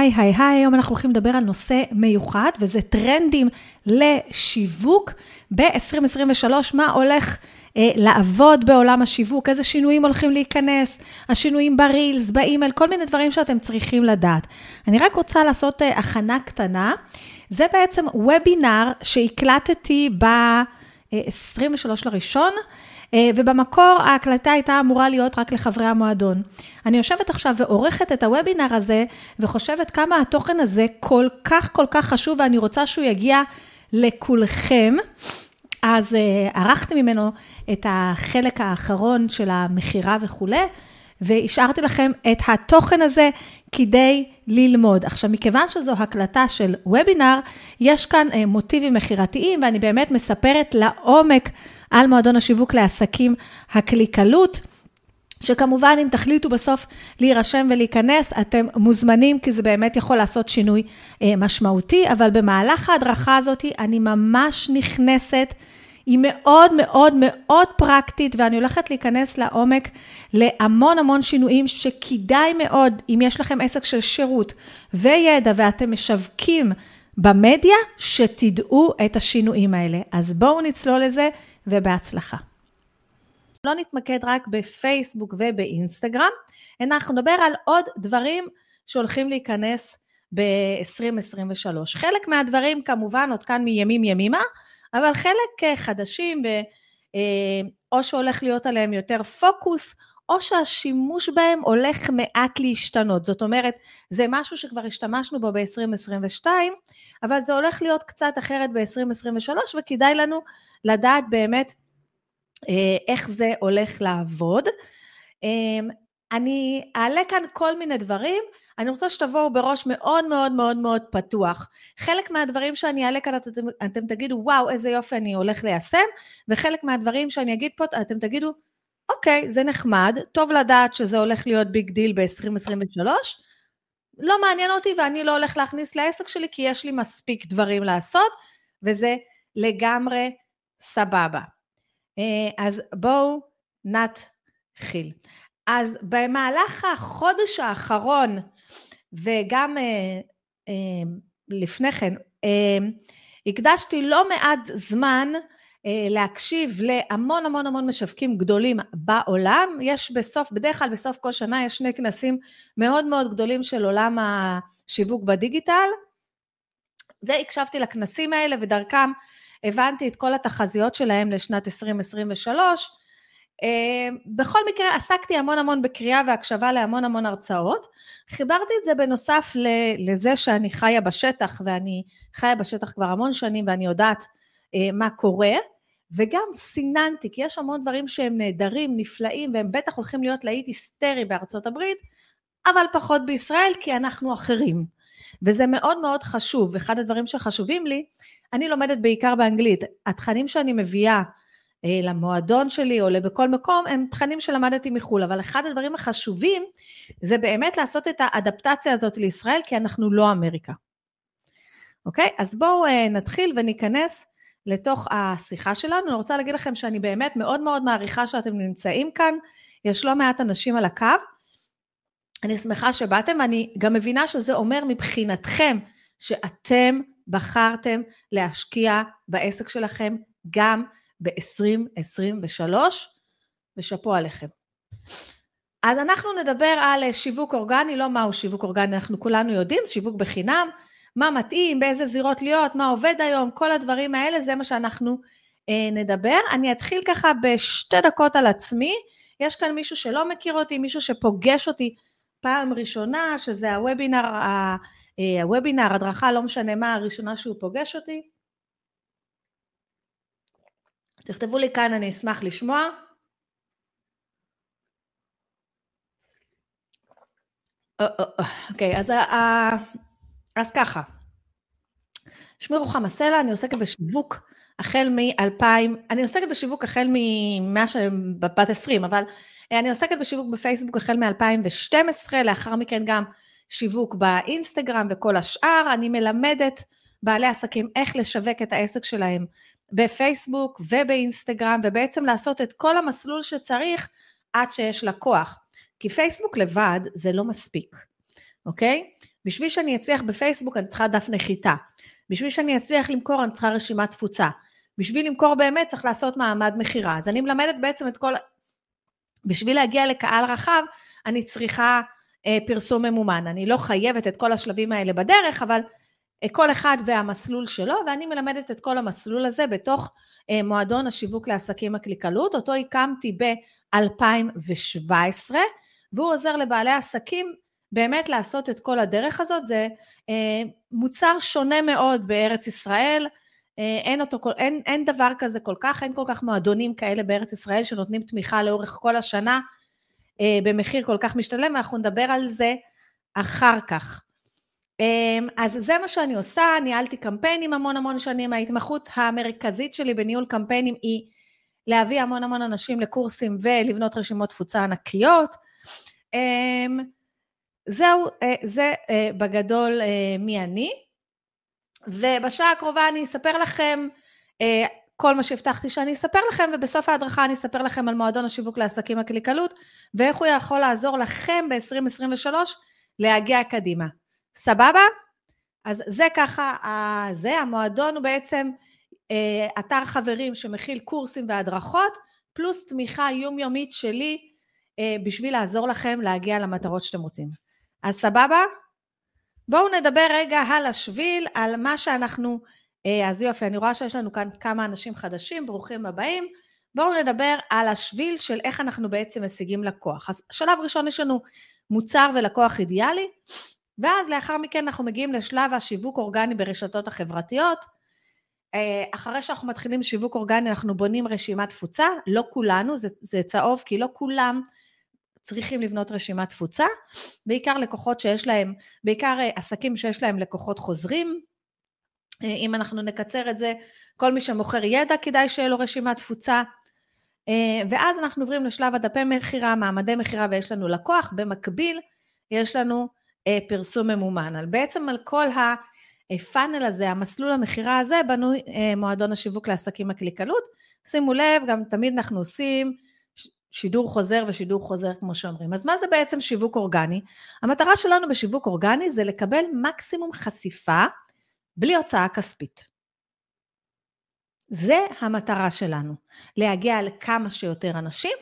היי, היי, היי, היום אנחנו הולכים לדבר על נושא מיוחד, וזה טרנדים לשיווק ב-2023, מה הולך לעבוד בעולם השיווק, איזה שינויים הולכים להיכנס, השינויים ברילס, באימייל, כל מיני דברים שאתם צריכים לדעת. אני רק רוצה לעשות הכנה קטנה, זה בעצם וובינר שהקלטתי ב-23 לראשון, ובמקור ההקלטה הייתה אמורה להיות רק לחברי המועדון. אני יושבת עכשיו ועורכת את הוובינר הזה, וחושבת כמה התוכן הזה כל כך חשוב, ואני רוצה שהוא יגיע לכולכם. אז ערכתי ממנו את החלק האחרון של המחירה וכו', והשארתי לכם את התוכן הזה כדי ללמוד. עכשיו, מכיוון שזו הקלטה של וובינר, יש כאן מוטיבים מחירתיים, ואני באמת מספרת לעומק על מועדון השיווק לעסקים הקליקלות, שכמובן אם תחליטו בסוף להירשם ולהיכנס, אתם מוזמנים, כי זה באמת יכול לעשות שינוי משמעותי, אבל במהלך ההדרכה הזאת אני ממש נכנסת, היא מאוד מאוד מאוד פרקטית, ואני הולכת להיכנס לעומק להמון שינויים שכדאי מאוד, אם יש לכם עסק של שירות וידע ואתם משווקים במדיה, שתדעו את השינויים האלה. אז בואו נצלול לזה ובהצלחה. לא נתמקד רק בפייסבוק ובאינסטגרם, אנחנו נדבר על עוד דברים שהולכים להיכנס ב-2023. חלק מהדברים כמובן עוד כאן מימים ימימה, אבל חלק חדשים, או שהולך להיות עליהם יותר פוקוס, או שהשימוש בהם הולך מעט להשתנות. זאת אומרת, זה משהו שכבר השתמשנו בו ב-2022, אבל זה הולך להיות קצת אחרת ב-2023, וכדאי לנו לדעת באמת איך זה הולך לעבוד. אני אעלה כאן כל מיני דברים, אני רוצה שתבואו בראש מאוד מאוד מאוד מאוד פתוח. חלק מהדברים שאני אעלה כאן, אתם תגידו, וואו, איזה יופי אני הולך ליישם, וחלק מהדברים שאני אגיד פה, אתם תגידו, אוקיי, זה נחמד, טוב לדעת שזה הולך להיות ביג דיל ב-2023, לא מעניין אותי ואני לא הולך להכניס לעסק שלי, כי יש לי מספיק דברים לעשות, וזה לגמרי סבבה. אז בואו נתחיל. אז במהלך החודש האחרון, וגם לפני כן, הקדשתי לא מעט זמן להקשיב להמון משווקים גדולים בעולם. יש בדרך כלל בסוף כל שנה יש שני כנסים מאוד מאוד גדולים של עולם השיווק בדיגיטל, והקשבתי לכנסים האלה ודרכם הבנתי את כל התחזיות שלהם לשנת 2023, בכל מקרה עסקתי המון בקריאה והקשבה להמון הרצאות, חיברתי את זה בנוסף לזה שאני חיה בשטח, ואני חיה בשטח כבר המון שנים ואני יודעת מה קורה, וגם סיננתי, כי יש המון דברים שהם נהדרים, נפלאים, והם בטח הולכים להיות להיט היסטרי בארצות הברית, אבל פחות בישראל כי אנחנו אחרים, וזה מאוד מאוד חשוב. אחד הדברים שחשובים לי, אני לומדת בעיקר באנגלית, התכנים שאני מביאה למועדון שלי או בכל מקום, הם תכנים שלמדתי מחול, אבל אחד הדברים החשובים, זה באמת לעשות את האדפטציה הזאת לישראל, כי אנחנו לא אמריקה. אוקיי? אז בואו נתחיל וניכנס לתוך השיחה שלנו. אני רוצה להגיד לכם שאני באמת מאוד מאוד מעריכה שאתם נמצאים כאן, יש לא מעט אנשים על הקו, אני שמחה שבאתם, ואני גם מבינה שזה אומר מבחינתכם, שאתם בחרתם להשקיע בעסק שלכם גם ב-2023, ושפו עליכם. אז אנחנו נדבר על שיווק אורגני, לא מהו שיווק אורגני, אנחנו כולנו יודעים, שיווק בחינם, מה מתאים, באיזה זירות להיות, מה עובד היום, כל הדברים האלה, זה מה שאנחנו נדבר. אני אתחיל ככה בשתי דקות על עצמי, יש כאן מישהו שלא מכיר אותי, מישהו שפוגש אותי פעם ראשונה, שזה הוובינר, הדרכה, לא משנה מה, הראשונה שהוא פוגש אותי. תכתבו לי כאן, אני אשמח לשמוע. אוקיי, אז ככה. שמי רוחמה סלע, אני עוסקת בשיווק החל אני עוסקת בשיווק החל בת 20, אבל אני עוסקת בשיווק בפייסבוק החל מ-2012, לאחר מכן גם שיווק באינסטגרם וכל השאר. אני מלמדת בעלי עסקים איך לשווק את העסק שלהם בפייסבוק ובאינסטגרם, ובעצם לעשות את כל המסלול שצריך עד שיש לקוח. כי פייסבוק לבד זה לא מספיק, אוקיי? בשביל שאני אצליח בפייסבוק אני צריכה דף נחיתה, בשביל שאני אצליח למכור אני צריכה רשימת תפוצה, בשביל למכור באמת צריך לעשות מעמד מחירה, אז אני מלמדת בעצם את כל, בשביל להגיע לקהל רחב אני צריכה פרסום ממומן, אני לא חייבת את כל השלבים האלה בדרך, אבל כל אחד והמסלול שלו, ואני מלמדת את כל המסלול הזה בתוך מועדון השיווק לעסקים הקליקלות, אותו הקמתי ב-2017, והוא עוזר לבעלי עסקים באמת לעשות את כל הדרך הזאת, זה מוצר שונה מאוד בארץ ישראל, אין דבר כזה כל כך, אין כל כך מועדונים כאלה בארץ ישראל, שנותנים תמיכה לאורך כל השנה, במחיר כל כך משתלם, ואנחנו נדבר על זה אחר כך. אז זה מה שאני עושה, ניהלתי קמפיינים המון שנים, ההתמחות המרכזית שלי בניהול קמפיינים היא להביא המון אנשים לקורסים ולבנות רשימות תפוצה ענקיות. זהו, זה בגדול מי אני, ובשעה הקרובה אני אספר לכם כל מה שהבטחתי שאני אספר לכם, ובסוף ההדרכה אני אספר לכם על מועדון השיווק לעסקים הקליקלות, ואיך הוא יכול לעזור לכם ב-2023 להגיע קדימה. סבבה? אז זה ככה, המועדון הוא בעצם אתר חברים שמכיל קורסים והדרכות, פלוס תמיכה יומיומית שלי, בשביל לעזור לכם להגיע למטרות שאתם רוצים. אז סבבה? בואו נדבר רגע על השביל, על מה שאנחנו, אז יופי, אני רואה שיש לנו כאן כמה אנשים חדשים, ברוכים הבאים, בואו נדבר על השביל של איך אנחנו בעצם משיגים לקוח. אז שלב ראשון יש לנו מוצר ולקוח אידיאלי, ואז לאחר מכן אנחנו מגיעים לשלב השיווק אורגני ברשתות החברתיות, אחרי שאנחנו מתחילים שיווק אורגני אנחנו בונים רשימת תפוצה, לא כולנו, זה צהוב כי לא כולם צריכים לבנות רשימת תפוצה, בעיקר לקוחות שיש להם, בעיקר עסקים שיש להם לקוחות חוזרים, אם אנחנו נקצר את זה, כל מי שמוכר ידע כדאי שיהיה לו רשימת תפוצה, ואז אנחנו עוברים לשלב הדפי מחירה, מעמדי מחירה ויש לנו לקוח, במקביל יש לנו פרסום ממומן, בעצם על כל הפאנל הזה, המסלול המחירה הזה, בנוי מועדון השיווק לעסקים הקליקלות, שימו לב, גם תמיד אנחנו עושים שידור חוזר ושידור חוזר כמו שאומרים, אז מה זה בעצם שיווק אורגני? המטרה שלנו בשיווק אורגני זה לקבל מקסימום חשיפה, בלי הוצאה כספית. זה המטרה שלנו, להגיע לכמה שיותר אנשים,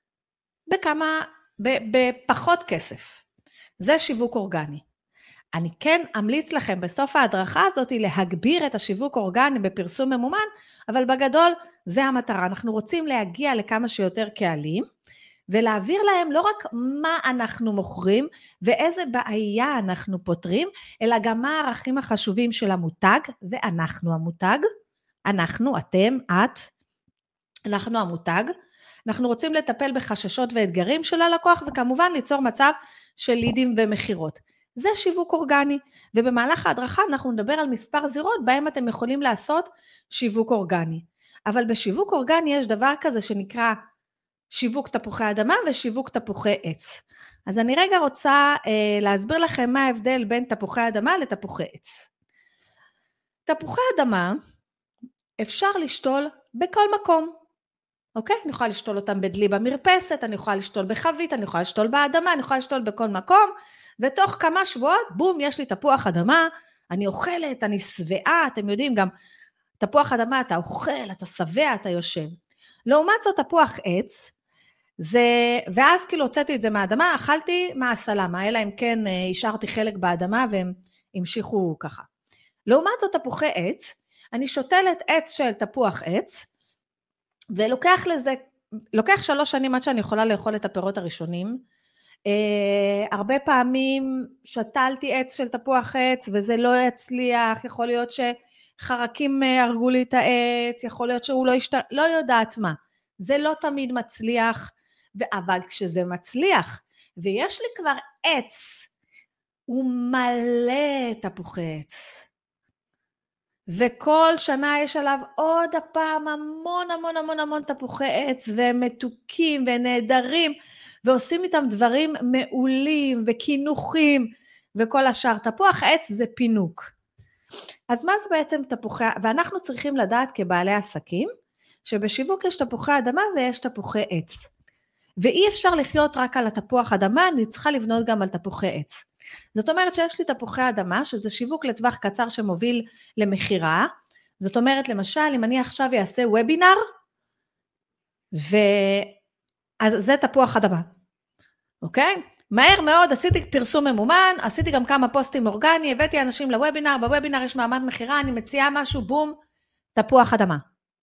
בפחות כסף. זה שיווק אורגני. אני כן אמליץ לכם בסוף ההדרכה הזאת להגביר את השיווק אורגני בפרסום ממומן, אבל בגדול זה המטרה. אנחנו רוצים להגיע לכמה שיותר קהלים, ולהעביר להם לא רק מה אנחנו מוכרים, ואיזה בעיה אנחנו פותרים, אלא גם מה הערכים החשובים של המותג, ואנחנו המותג, אנחנו, אתם, את, אנחנו המותג, אנחנו רוצים לטפל בחששות ואתגרים של הלקוח, וכמובן ליצור מצב של לידים ומחירות. זה שיווק אורגני, ובמהלך ההדרכה אנחנו נדבר על מספר זירות, בהם אתם יכולים לעשות שיווק אורגני. אבל בשיווק אורגני יש דבר כזה שנקרא שיווק תפוחי אדמה ושיווק תפוחי עץ. אז אני רגע רוצה להסביר לכם מה ההבדל בין תפוחי אדמה לתפוחי עץ. תפוחי אדמה אפשר לשתול בכל מקום. אוקיי? אני יכולה לשתול אותם בדלי במרפסת, אני יכולה לשתול בחבית, אני יכולה לשתול באדמה, אני יכולה לשתול בכל מקום, ותוך כמה שבועות, בום, יש לי תפוח אדמה, אני אוכלת, אני שבעה, אתם יודעים גם, תפוח אדמה אתה אוכל, אתה שבע, אתה יושב. לעומת זאת תפוח עץ, ואז כאילו הוצאתי את זה מהאדמה, אכלתי מהסלמה, אלא אם כן השארתי חלק באדמה והם המשיכו ככה. לעומת זאת תפוחי עץ, אני שותלת עץ של תפוח עץ, ולוקח 3 שנים עד שאני יכולה לאכול את הפירות הראשונים, הרבה פעמים שתלתי עץ של תפוח עץ וזה לא יצליח, יכול להיות שחרקים הרגו לי את העץ, יכול להיות שהוא לא יודעת מה, זה לא תמיד מצליח, אבל כשזה מצליח ויש לי כבר עץ, הוא מלא תפוחי עץ, וכל שנה יש עליו עוד הפעם המון תפוחי עץ, והם מתוקים ונהדרים, ועושים איתם דברים מעולים וכינוחים, וכל השאר. תפוח עץ זה פינוק. אז מה זה בעצם תפוחי, ואנחנו צריכים לדעת כבעלי עסקים, שבשיווק יש תפוחי אדמה ויש תפוחי עץ. ואי אפשר לחיות רק על התפוח אדמה, אני צריכה לבנות גם על תפוחי עץ. זאת אומרת שיש לי תפוחי אדמה, שזה שיווק לטווח קצר שמוביל למחירה, זאת אומרת למשל אם אני עכשיו אעשה וובינר, אז זה תפוח אדמה, אוקיי? מהר מאוד עשיתי פרסום ממומן, עשיתי גם כמה פוסטים אורגני, הבאתי אנשים לוובינר, בוובינר יש מעמד מחירה, אני מציעה משהו, בום, תפוח אדמה.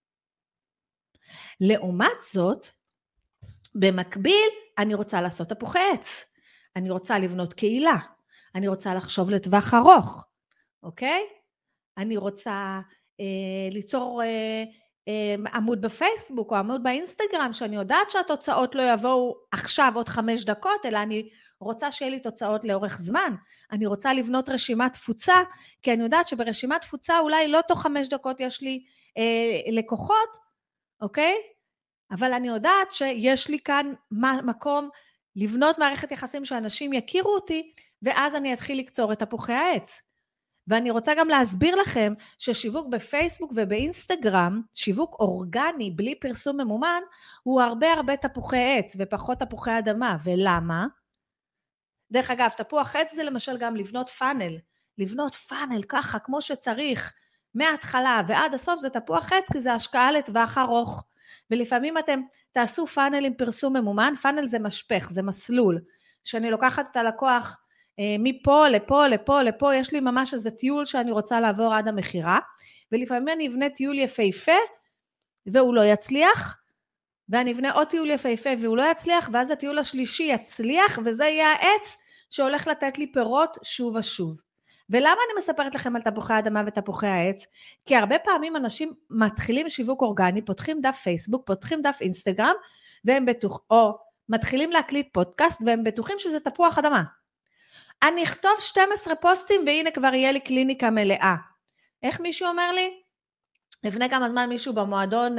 לעומת זאת, במקביל, אני רוצה לעשות תפוחי עץ, אני רוצה לבנות קהילה, אני רוצה לחשוב לטווח ארוך, אוקיי? אני רוצה ליצור עמוד בפייסבוק או עמוד באינסטגרם, שאני יודעת שהתוצאות לא יבואו עכשיו עוד 5 דקות, אלא אני רוצה שיהיה לי תוצאות לאורך זמן. אני רוצה לבנות רשימת תפוצה, כי אני יודעת שברשימת תפוצה אולי לא תוך 5 דקות יש לי לקוחות, אוקיי? אבל אני יודעת שיש לי כאן מקום לבנות מערכת יחסים שאנשים יכירו אותי, ואז אני אתחיל לקצור את תפוחי העץ. ואני רוצה גם להסביר לכם ששיווק בפייסבוק ובאינסטגרם, שיווק אורגני בלי פרסום ממומן, הוא הרבה תפוחי עץ ופחות תפוחי אדמה. ולמה? דרך אגב, תפוח עץ זה למשל גם לבנות פאנל ככה כמו שצריך, מההתחלה ועד הסוף זה תפוח עץ, כי זה השקעה לטווח ארוך. ולפעמים אתם תעשו פאנל עם פרסום ממומן, פאנל זה משפך, זה מסלול, שאני לוקחת את הלקוח מפה לפה, יש לי ממש איזה טיול שאני רוצה לעבור עד המחירה, ולפעמים אני אבנה טיול יפהפה, והוא לא יצליח, ואני אבנה עוד טיול יפהפה והוא לא יצליח, ואז הטיול השלישי יצליח, וזה יהיה העץ שהולך לתת לי פירות שוב ושוב. ולמה אני מספרת לכם על תפוחי האדמה ותפוחי העץ? כי הרבה פעמים אנשים מתחילים שיווק אורגני, פותחים דף פייסבוק, פותחים דף אינסטגרם, או מתחילים להקליט פודקאסט, והם בטוחים שזה תפוח אדמה. אני אכתוב 12 פוסטים, והנה כבר יהיה לי קליניקה מלאה. איך מישהו אומר לי? לפני כמה זמן מישהו במועדון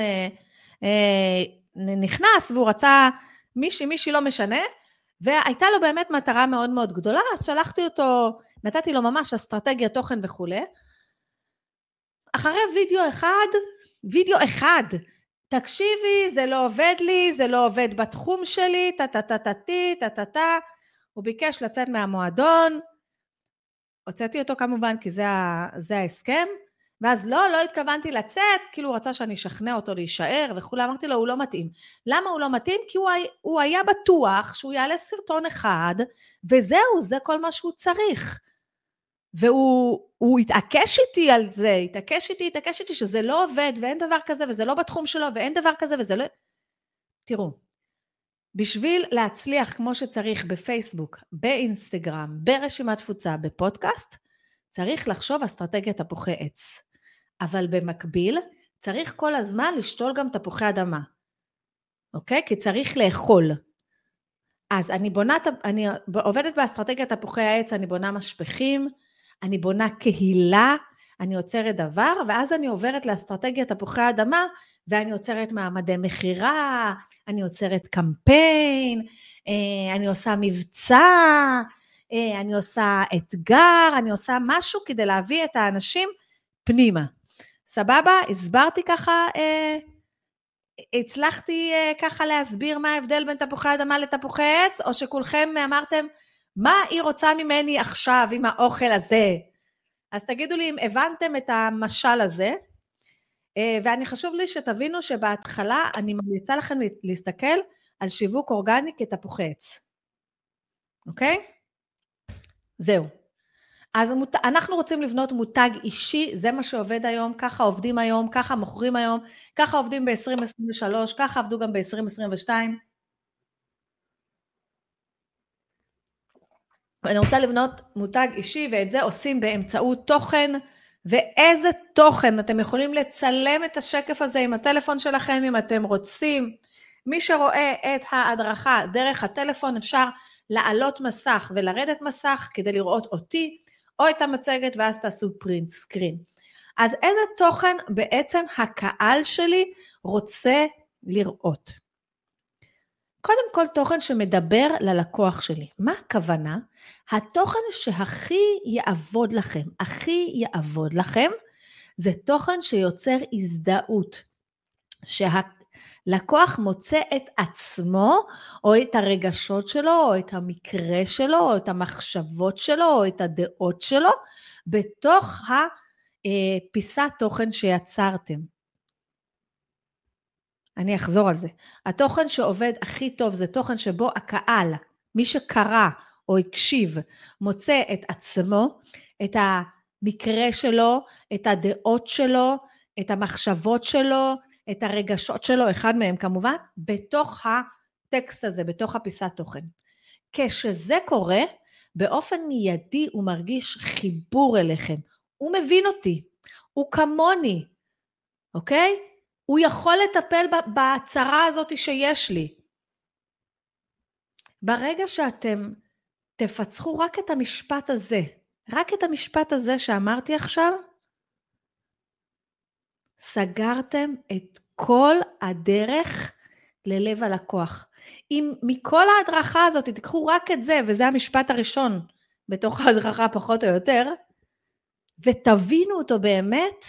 נכנס, והוא רצה מישהי לא משנה, והייתה לו באמת מטרה מאוד מאוד גדולה, אז שלחתי אותו, נתתי לו ממש אסטרטגיה, תוכן וכו'. אחרי וידאו אחד, תקשיבי, זה לא עובד לי, זה לא עובד בתחום שלי, הוא ביקש לצאת מהמועדון, הוצאתי אותו כמובן, כי זה ההסכם, ואז לא התכוונתי לצאת, כאילו הוא רצה שאני אשכנע אותו להישאר וכו', אמרתי לו, הוא לא מתאים. למה הוא לא מתאים? כי הוא היה בטוח שהוא יעלה סרטון אחד, וזהו, זה כל מה שהוא צריך. והוא התעקש איתי על זה, התעקש איתי שזה לא עובד, ואין דבר כזה, וזה לא בתחום שלו, ואין דבר כזה, וזה לא... תראו, בשביל להצליח כמו שצריך בפייסבוק, באינסטגרם, ברשימת תפוצה, בפודקאסט, צריך לחשוב אסטרטגיית תפוחי עץ. אבל במקביל, צריך כל הזמן לשתול גם תפוחי אדמה. אוקיי? כי צריך לאכול. אז אני עובדת באסטרטגיית תפוחי העץ, אני בונה משפכים, אני בונה קהילה, אני יוצרת דבר, ואז אני עוברת לאסטרטגיית תפוחי האדמה, ואני יוצרת מעמדי מחירה, אני יוצרת קמפיין, אני עושה מבצע, אני עושה אתגר, אני עושה משהו כדי להביא את האנשים פנימה. סבבה? הסברתי ככה, הצלחתי ככה להסביר מה ההבדל בין תפוחי אדמה לתפוחי עץ, או שכולכם אמרתם, מה היא רוצה ממני עכשיו עם האוכל הזה? אז תגידו לי אם הבנתם את המשל הזה, ואני חשוב לי שתבינו שבהתחלה אני ממליצה לכם להסתכל על שיווק אורגני כתפוחי עץ. אוקיי? זהו. אז אנחנו רוצים לבנות מותג אישי, זה מה שעובד היום, ככה עובדים היום, ככה מוכרים היום, ככה עובדים ב-2023, ככה עבדו גם ב-2022. ואני רוצה לבנות מותג אישי, ואת זה עושים באמצעות תוכן, ואיזה תוכן, אתם יכולים לצלם את השקף הזה עם הטלפון שלכם, אם אתם רוצים. מי שרואה את ההדרכה דרך הטלפון, אפשר לעלות מסך ולרדת מסך, כדי לראות אותי, או את המצגת, ואז תעשו פרינט סקרין. אז איזה תוכן בעצם הקהל שלי רוצה לראות? קודם כל תוכן שמדבר ללקוח שלי. מה הכוונה? התוכן שהכי יעבוד לכם, זה תוכן שיוצר הזדהות. לקוח מוצא את עצמו, או את הרגשות שלו, או את המקרה שלו, או את המחשבות שלו, או את הדעות שלו, בתוך הפיסת תוכן שיצרתם. אני אחזור על זה. התוכן שעובד הכי טוב זה תוכן שבו הקהל, מי שקרא או הקשיב, מוצא את עצמו, את המקרה שלו, את הדעות שלו, את המחשבות שלו, את הרגשות שלו, אחד מהם כמובן, בתוך הטקסט הזה, בתוך הפיסת תוכן. כשזה קורה, באופן מיידי הוא מרגיש חיבור אליכם. הוא מבין אותי, הוא כמוני, אוקיי? הוא יכול לטפל בצרה הזאת שיש לי. ברגע שאתם תפצחו רק את המשפט הזה, רק את המשפט הזה שאמרתי עכשיו, סגרתם את כל הדרך ללב הלקוח. אם מכל ההדרכה הזאת תיקחו רק את זה, וזה המשפט הראשון בתוך ההדרכה פחות או יותר, ותבינו אותו באמת,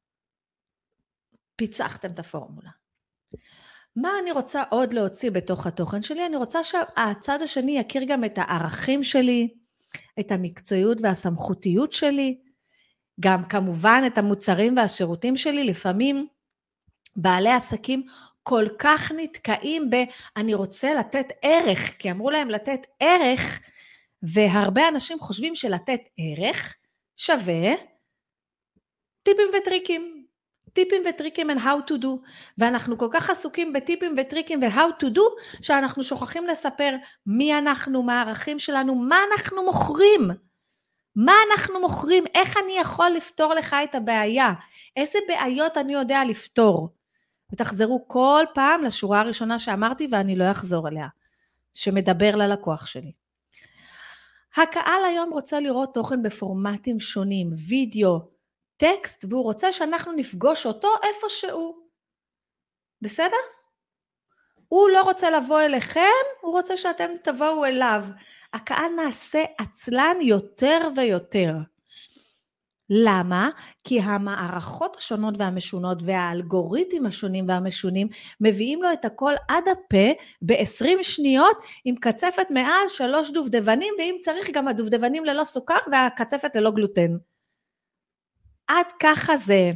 פיצחתם את הפורמולה. מה אני רוצה עוד להוציא בתוך התוכן שלי? אני רוצה שהצד השני יכיר גם את הערכים שלי, את המקצועיות והסמכותיות שלי, גם כמובן את המוצרים והשירותים שלי. לפעמים בעלי עסקים כל כך נתקעים אני רוצה לתת ערך, כי אמרו להם לתת ערך, והרבה אנשים חושבים שלתת ערך שווה טיפים וטריקים. טיפים וטריקים and how to do, ואנחנו כל כך עסוקים בטיפים וטריקים ו-how to do, שאנחנו שוכחים לספר מי אנחנו, מה הערכים שלנו, מה אנחנו מוכרים, מה אנחנו מוכרים, איך אני יכול לפתור לך את הבעיה, איזה בעיות אני יודע לפתור, ותחזרו כל פעם לשורה הראשונה שאמרתי, ואני לא אחזור עליה, שמדבר ללקוח שלי. הקהל היום רוצה לראות תוכן בפורמטים שונים, וידאו, טקסט, והוא רוצה שאנחנו נפגוש אותו איפה שהוא. בסדר? הוא לא רוצה לבוא אליכם, הוא רוצה שאתם תבואו אליו. הקהל נעשה עצלן יותר ויותר. למה? כי המערכות השונות והמשונות והאלגוריתמים השונים והמשונים מביאים לו את הכל עד הפה ב-20 שניות עם קצפת מעל 3 דובדבנים, ואם צריך גם הדובדבנים ללא סוכר והקצפת ללא גלוטן. עד ככה זה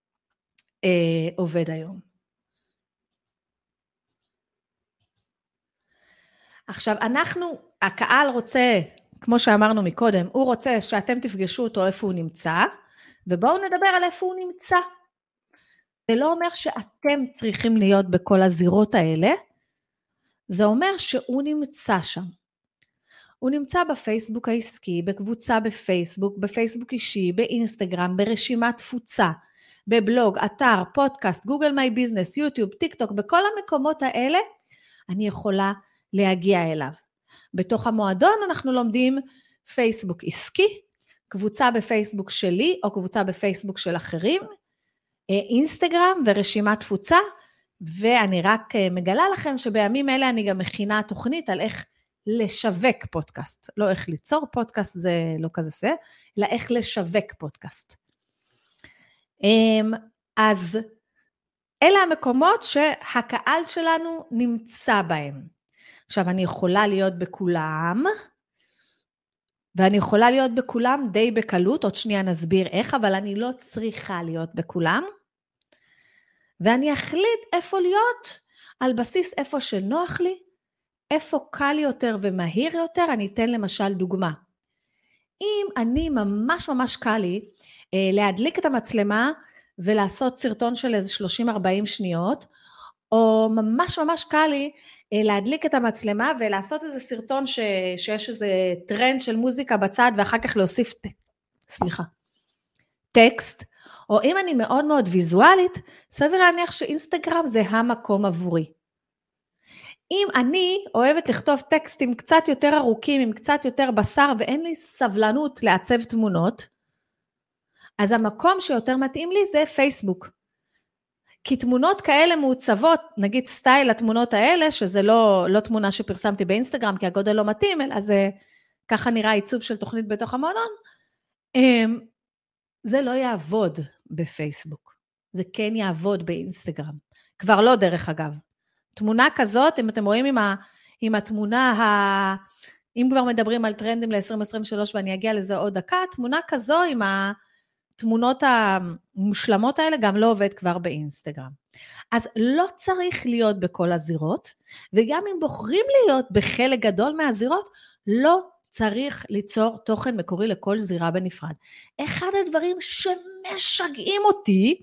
עובד היום. עכשיו הקהל רוצה, כמו שאמרנו מקודם, הוא רוצה שאתם תפגשו אותו איפה הוא נמצא, ובואו נדבר על איפה הוא נמצא. זה לא אומר שאתם צריכים להיות בכל הזירות האלה, זה אומר שהוא נמצא שם. הוא נמצא בפייסבוק העסקי, בקבוצה בפייסבוק, בפייסבוק אישי, באינסטגרם, ברשימת תפוצה, בבלוג, אתר, פודקאסט, גוגל מיי ביזנס, יוטיוב, טיק טוק, בכל המקומות האלה אני יכולה להגיע אליו. בתוך המועדון אנחנו לומדים פייסבוק עסקי, קבוצה בפייסבוק שלי או קבוצה בפייסבוק של אחרים, אינסטגרם ורשימת תפוצה, ואני רק מגלה לכם שבימים אלה אני גם מכינה תוכנית על איך לשווק פודקאסט, לא איך ליצור פודקאסט, זה לא כזה זה, אלא איך לשווק פודקאסט. אז אלה המקומות שהקהל שלנו נמצא בהם. עכשיו אני יכולה להיות בכולם, ואני יכולה להיות בכולם די בקלות, עוד שנייה נסביר איך, אבל אני לא צריכה להיות בכולם, ואני אחליט איפה להיות, על בסיס איפה שנוח לי, איפה קל יותר ומהיר יותר. אני אתן למשל דוגמה. אם אני ממש קל לי להדליק את המצלמה ולעשות סרטון של איזה 30-40 שניות, או ממש קל לי להדליק את המצלמה ולעשות איזה סרטון שיש איזה טרנד של מוזיקה בצד ואחר כך להוסיף טקסט, או אם אני מאוד ויזואלית, סביר להניח שאינסטגרם זה המקום עבורי. אם אני אוהבת לכתוב טקסטים קצת יותר ארוכים, עם קצת יותר בשר, ואין לי סבלנות לעצב תמונות, אז המקום שיותר מתאים לי זה פייסבוק. כי תמונות כאלה מעוצבות, נגיד סטייל התמונות האלה, שזה לא תמונה שפרסמתי באינסטגרם, כי הגודל לא מתאים, אלא זה ככה נראה עיצוב של תוכנית בתוך המועדון, זה לא יעבוד בפייסבוק. זה כן יעבוד באינסטגרם. כבר לא דרך אגב. תמונה כזאת, אם אתם רואים עם התמונה, אם כבר מדברים על טרנדים ל-2023 ואני אגיע לזה עוד דקה, תמונה כזו עם התמונות המושלמות האלה גם לא עובד כבר באינסטגרם. אז לא צריך להיות בכל הזירות, וגם אם בוחרים להיות בחלק גדול מהזירות, לא צריך ליצור תוכן מקורי לכל זירה בנפרד. אחד הדברים שמשגעים אותי,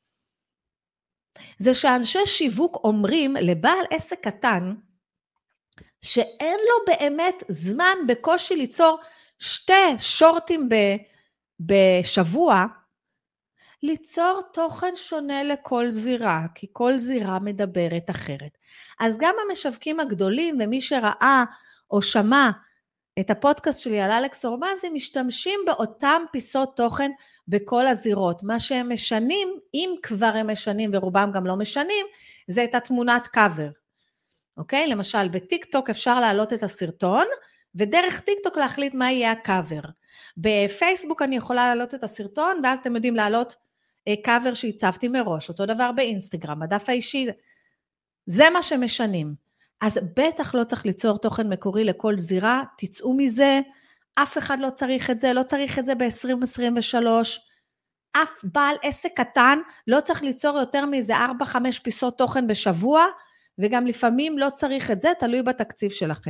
זה שאנשי שיווק אומרים לבעל עסק קטן, שאין לו באמת זמן בקושי ליצור 2 שורטים בשבוע, ליצור תוכן שונה לכל זירה, כי כל זירה מדברת אחרת. אז גם המשווקים הגדולים, ומי שראה או שמע את הפודקאסט שלי על אלכס אורמזי, משתמשים באותם פיסות תוכן בכל הזירות. מה שהם משנים, אם כבר הם משנים ורובם גם לא משנים, זה את התמונת קאבר. אוקיי? למשל, בטיק-טוק אפשר להעלות את הסרטון, ודרך טיק-טוק להחליט מה יהיה הקאבר. בפייסבוק אני יכולה להעלות את הסרטון, ואז אתם יודעים להעלות קאבר שהצבתי מראש. אותו דבר באינסטגרם, בדף האישי. זה מה שמשנים. אז בטח לא צריך ליצור תוכן מקורי לכל זירה, תצאו מזה, אף אחד לא צריך את זה, לא צריך את זה ב-2023, אף בעל עסק קטן לא צריך ליצור יותר מאיזה 4-5 פיסות תוכן בשבוע, וגם לפעמים לא צריך את זה, תלוי בתקציב שלכם.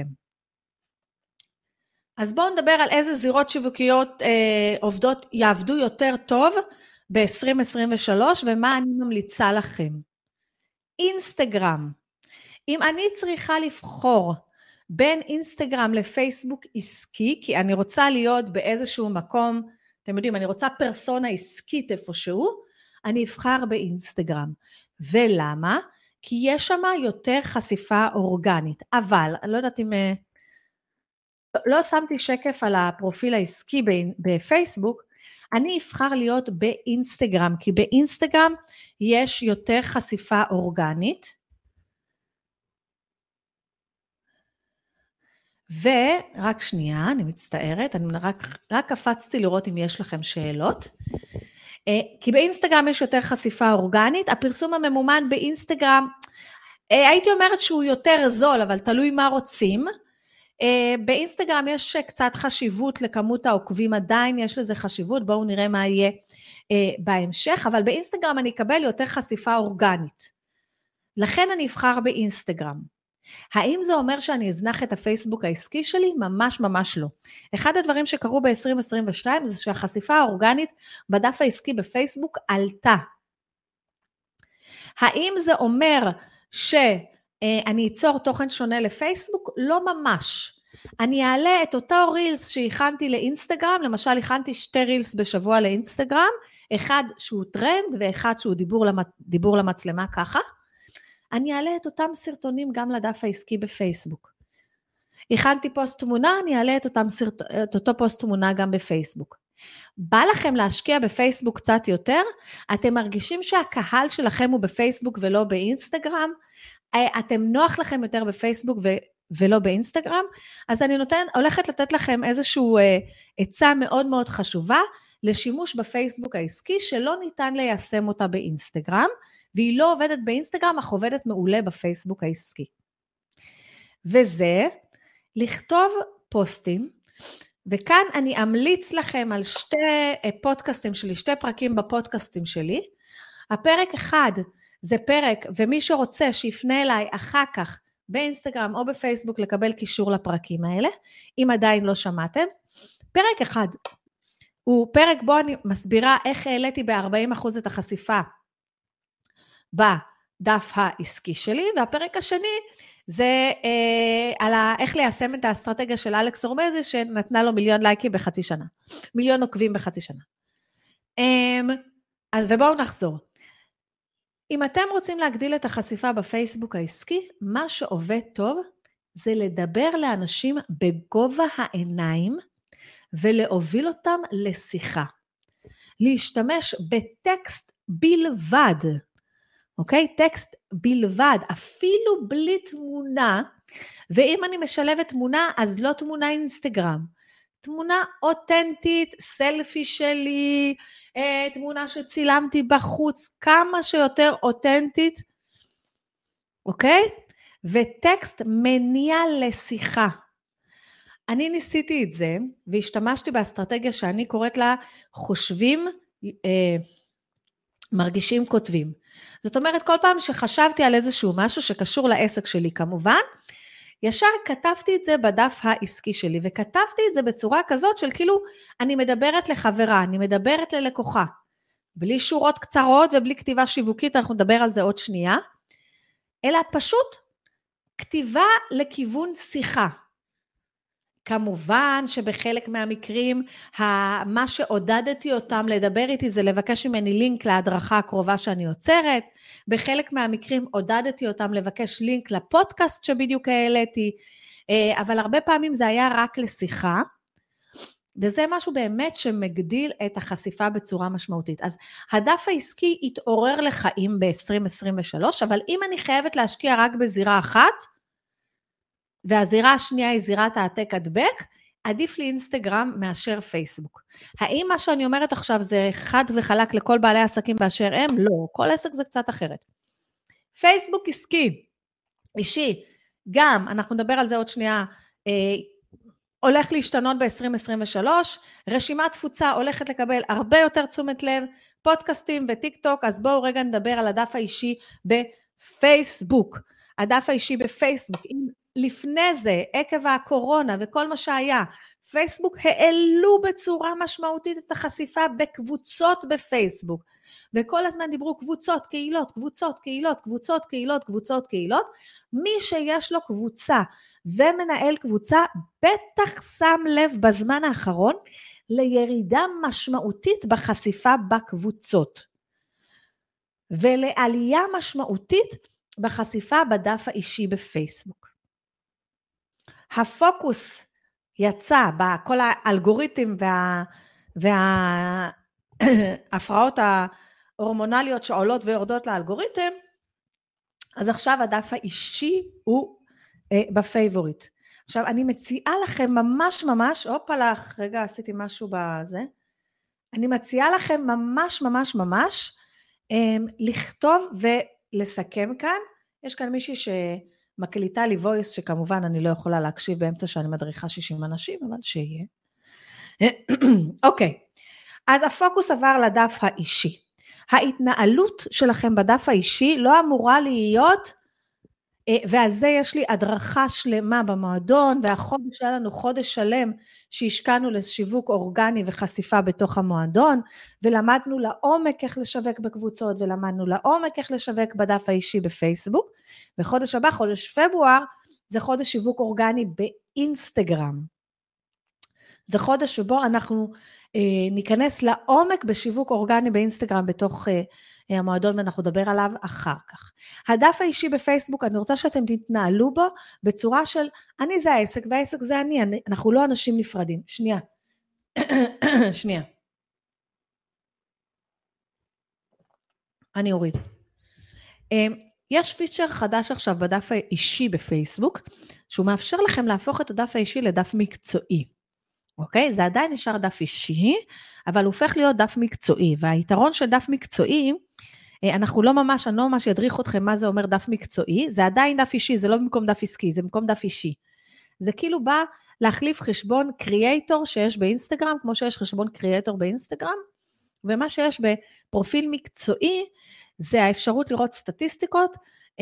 אז בואו נדבר על איזה זירות שיווקיות עובדות, יעבדו יותר טוב ב-2023, ומה אני ממליצה לכם. אינסטגרם. אם אני צריכה לבחור בין אינסטגרם לפייסבוק עסקי, כי אני רוצה להיות באיזשהו מקום, אתם יודעים, אני רוצה פרסונה עסקית איפשהו, אני אבחר באינסטגרם. ולמה? כי יש שם יותר חשיפה אורגנית. אבל, אני לא יודעת אם, לא שמתי שקף על הפרופיל העסקי בפייסבוק, אני אבחר להיות באינסטגרם, כי באינסטגרם יש יותר חשיפה אורגנית, ורק שנייה, אני מצטערת, אני רק קפצתי לראות אם יש לכם שאלות, כי באינסטגרם יש יותר חשיפה אורגנית, הפרסום הממומן באינסטגרם, הייתי אומרת שהוא יותר זול, אבל תלוי מה רוצים, באינסטגרם יש קצת חשיבות לכמות העוקבים, עדיין יש לזה חשיבות, בואו נראה מה יהיה בהמשך, אבל באינסטגרם אני אקבל יותר חשיפה אורגנית, לכן אני אבחר באינסטגרם. האם זה אומר שאני אזנח את הפייסבוק העסקי שלי? ממש ממש לא. אחד הדברים שקרו ב-2022 זה שהחשיפה האורגנית בדף העסקי בפייסבוק עלתה. האם זה אומר שאני אצור תוכן שונה לפייסבוק? לא ממש. אני אעלה את אותו רילס שהכנתי לאינסטגרם, למשל הכנתי 2 רילס בשבוע לאינסטגרם, אחד שהוא טרנד ואחד שהוא דיבור למצלמה ככה, אני אעלה את אותם סרטונים גם לדף העסקי בפייסבוק. הכנתי פוסט תמונה, אני אעלה את אותו פוסט תמונה גם בפייסבוק. בא לכם להשקיע בפייסבוק קצת יותר? אתם מרגישים שהקהל שלכם הוא בפייסבוק ולא באינסטגרם? אתם נוח לכם יותר בפייסבוק ולא באינסטגרם? אז אני הולכת לתת לכם איזשהו עצה מאוד מאוד חשובה, לשימוש בפייסבוק העסקי, שלא ניתן ליישם אותה באינסטגרם, והיא לא עובדת באינסטגרם, אך עובדת מעולה בפייסבוק העסקי. וזה, לכתוב פוסטים, וכאן אני אמליץ לכם על 2 פודקאסטים שלי, 2 פרקים בפודקאסטים שלי. הפרק 1 זה פרק, ומי שרוצה שיפנה אליי אחר כך, באינסטגרם או בפייסבוק, לקבל קישור לפרקים האלה, אם עדיין לא שמעתם. פרק 1, הוא פרק בו אני מסבירה איך העליתי ב-40% את החשיפה בדף העסקי שלי, והפרק השני זה על איך ליישם את האסטרטגיה של אלכס אורמזי, שנתנה לו 1,000,000 לייקים בחצי שנה, 1,000,000 עוקבים בחצי שנה. אז ובואו נחזור. אם אתם רוצים להגדיל את החשיפה בפייסבוק העסקי, מה שעובד טוב זה לדבר לאנשים בגובה העיניים, ולהוביל אותם לשיחה. להשתמש בטקסט בלבד, אוקיי? טקסט בלבד, אפילו בלי תמונה, ואם אני משלבת תמונה, אז לא תמונה אינסטגרם, תמונה אותנטית, סלפי שלי, תמונה שצילמתי בחוץ, כמה שיותר אותנטית, אוקיי? וטקסט מניע לשיחה. אני ניסיתי את זה, והשתמשתי באסטרטגיה שאני קוראת לה חושבים, מרגישים, כותבים. זאת אומרת, כל פעם שחשבתי על איזשהו משהו שקשור לעסק שלי כמובן, ישר כתבתי את זה בדף העסקי שלי, וכתבתי את זה בצורה כזאת של כאילו, אני מדברת לחברה, אני מדברת ללקוחה, בלי שורות קצרות ובלי כתיבה שיווקית, אנחנו נדבר על זה עוד שנייה, אלא פשוט כתיבה לכיוון שיחה. כמובן שבחלק מהמקרים, מה שעודדתי אותם לדבר איתי זה לבקש ממני לינק להדרכה הקרובה שאני יוצרת, בחלק מהמקרים עודדתי אותם לבקש לינק לפודקאסט שבדיוק העליתי, אבל הרבה פעמים זה היה רק לשיחה, וזה משהו באמת שמגדיל את החשיפה בצורה משמעותית. אז הדף העסקי התעורר לחיים ב-2023, אבל אם אני חייבת להשקיע רק בזירה אחת, והזירה השנייה היא זירת העתק הדבק, עדיף לי אינסטגרם מאשר פייסבוק. האם מה שאני אומרת עכשיו זה חד וחלק לכל בעלי עסקים באשר הם? לא, כל עסק זה קצת אחרת. פייסבוק עסקי, אישי, גם, אנחנו נדבר על זה עוד שנייה, הולך להשתנות ב-2023, רשימת תפוצה הולכת לקבל הרבה יותר תשומת לב, פודקאסטים וטיק טוק, אז בואו רגע נדבר על הדף האישי בפייסבוק. הדף האישי בפייסבוק, אם לפני זה, עקב הקורונה וכל מה שהיה, פייסבוק העלו בצורה משמעותית את החשיפה בקבוצות בפייסבוק, וכל הזמן דיברו קבוצות, קהילות, קבוצות, קהילות, קבוצות, קהילות, קבוצות, קהילות, מי שיש לו קבוצה ומנהל קבוצה, בטח שם לב בזמן האחרון, לירידה משמעותית בחשיפה בקבוצות, ולעלייה משמעותית בחשיפה בדף האישי בפייסבוק. הפוקוס יצא בכל האלגוריתם וההפרעות ההורמונליות שעולות ויורדות לאלגוריתם, אז עכשיו הדף האישי הוא בפייבוריט. עכשיו אני מציעה לכם ממש, לך, רגע עשיתי משהו בזה, אני מציעה לכם ממש, לכתוב ולסכם כאן, יש כאן מישהי שמקליטה לי וויס, שכמובן אני לא יכולה להקשיב באמצע שאני מדריכה 60 אנשים, אבל שיהיה. אוקיי, אז הפוקוס עבר לדף האישי. ההתנהלות שלכם בדף האישי לא אמורה להיות, ועל זה יש לי הדרכה שלמה במועדון, והחודש היה לנו חודש שלם שהשקענו לשיווק אורגני וחשיפה בתוך המועדון, ולמדנו לעומק איך לשווק בקבוצות, ולמדנו לעומק איך לשווק בדף האישי בפייסבוק, וחודש הבא, חודש פברואר, זה חודש שיווק אורגני באינסטגרם. זה חודש שבו אנחנו ניכנס לעומק בשיווק אורגני באינסטגרם בתוך המועדון, ואנחנו נדבר עליו אחר כך. הדף האישי בפייסבוק, אני רוצה שאתם תתנהלו בו בצורה של, אני זה העסק והעסק זה אני, אנחנו לא אנשים נפרדים. שנייה. אני אוריד. יש פיצ'ר חדש עכשיו בדף האישי בפייסבוק, שהוא מאפשר לכם להפוך את הדף האישי לדף מקצועי. אוקיי? זה עדיין נשאר דף אישי, אבל הוא הופך להיות דף מקצועי, והיתרון של דף מקצועי, אני לא ממש ידריך אתכם מה זה אומר דף מקצועי, זה עדיין דף אישי, זה לא במקום דף עסקי, זה במקום דף אישי. זה כאילו בא להחליף חשבון קריאייטור שיש באינסטגרם, כמו שיש חשבון קריאייטור באינסטגרם, ומה שיש בפרופיל מקצועי, זה האפשרות לראות סטטיסטיקות,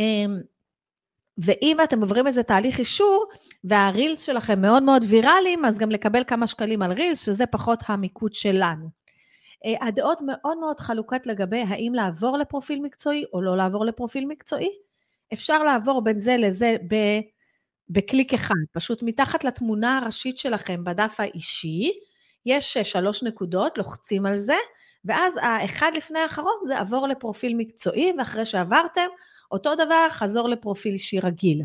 ואם אתם עוברים איזה תהליך אישור, והרילס שלכם מאוד מאוד ויראליים, אז גם לקבל כמה שקלים על רילס, שזה פחות המיקוד שלנו. הדעות מאוד מאוד חלוקת לגבי האם לעבור לפרופיל מקצועי, או לא לעבור לפרופיל מקצועי. אפשר לעבור בין זה לזה בקליק אחד, פשוט מתחת לתמונה הראשית שלכם בדף האישי, יש 3 נקודות, לוחצים על זה, ואז האחד לפני האחרון זה עבור לפרופיל מקצועי, ואחרי שעברתם, אותו דבר חזור לפרופיל אישי רגיל.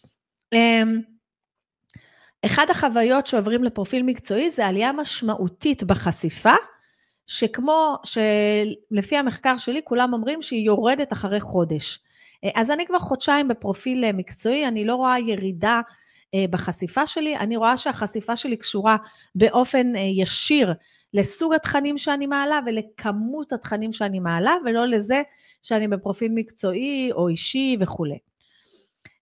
אחד החוויות שעוברים לפרופיל מקצועי, זה עלייה משמעותית בחשיפה, שכמו שלפי המחקר שלי, כולם אומרים שהיא יורדת אחרי חודש. אז אני כבר חודשיים בפרופיל מקצועי, אני לא רואה ירידה בחשיפה שלי, אני רואה שהחשיפה שלי קשורה באופן ישיר לסוג התכנים שאני מעלה ולכמות התכנים שאני מעלה, ולא לזה שאני בפרופיל מקצועי או אישי וכו'.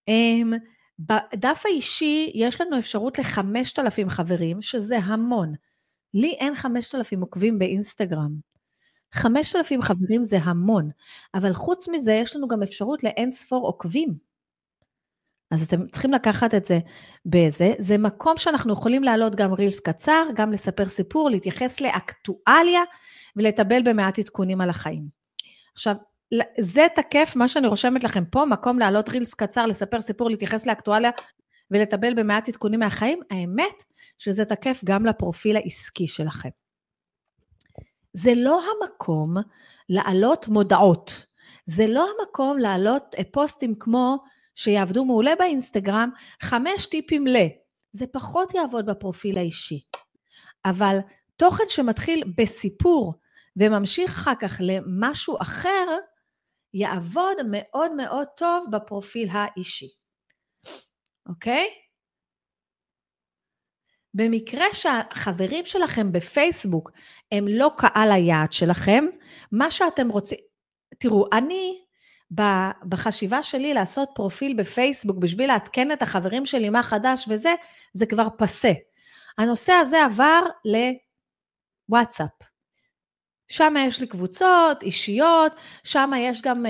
בדף האישי יש לנו אפשרות ל5,000 חברים, שזה המון. לי אין 5,000 עוקבים באינסטגרם. 5,000 חברים זה המון, אבל חוץ מזה יש לנו גם אפשרות לאין ספור עוקבים. אז אתם צריכים לקחת את זה באיזה, זה מקום שאנחנו יכולים לעלות גם רילס קצר, גם לספר סיפור, להתייחס לאקטואליה, ולטבל במעט עדכונים על החיים. עכשיו, זה תקף, מה שאני רושמת לכם פה, מקום לעלות רילס קצר, לספר סיפור, להתייחס לאקטואליה, ולטבל במעט עדכונים מהחיים, האמת שזה תקף גם לפרופיל העסקי שלכם. זה לא המקום לעלות מודעות, זה לא המקום לעלות פוסטים כמו שיעבדו מעולה באינסטגרם, 5 טיפים זה פחות יעבוד בפרופיל האישי. אבל תוכן שמתחיל בסיפור וממשיך אחר כך למשהו אחר, יעבוד מאוד מאוד טוב בפרופיל האישי. אוקיי? במקרה שהחברים שלכם בפייסבוק הם לא קהל היעד שלכם, מה שאתם רוצים, תראו, אני בחשיבה שלי לעשות פרופיל בפייסבוק בשביל לעדכן את החברים שלי מה חדש וזה, זה כבר פסה. הנושא הזה עבר לוואטסאפ. שם יש לי קבוצות אישיות, שם יש גם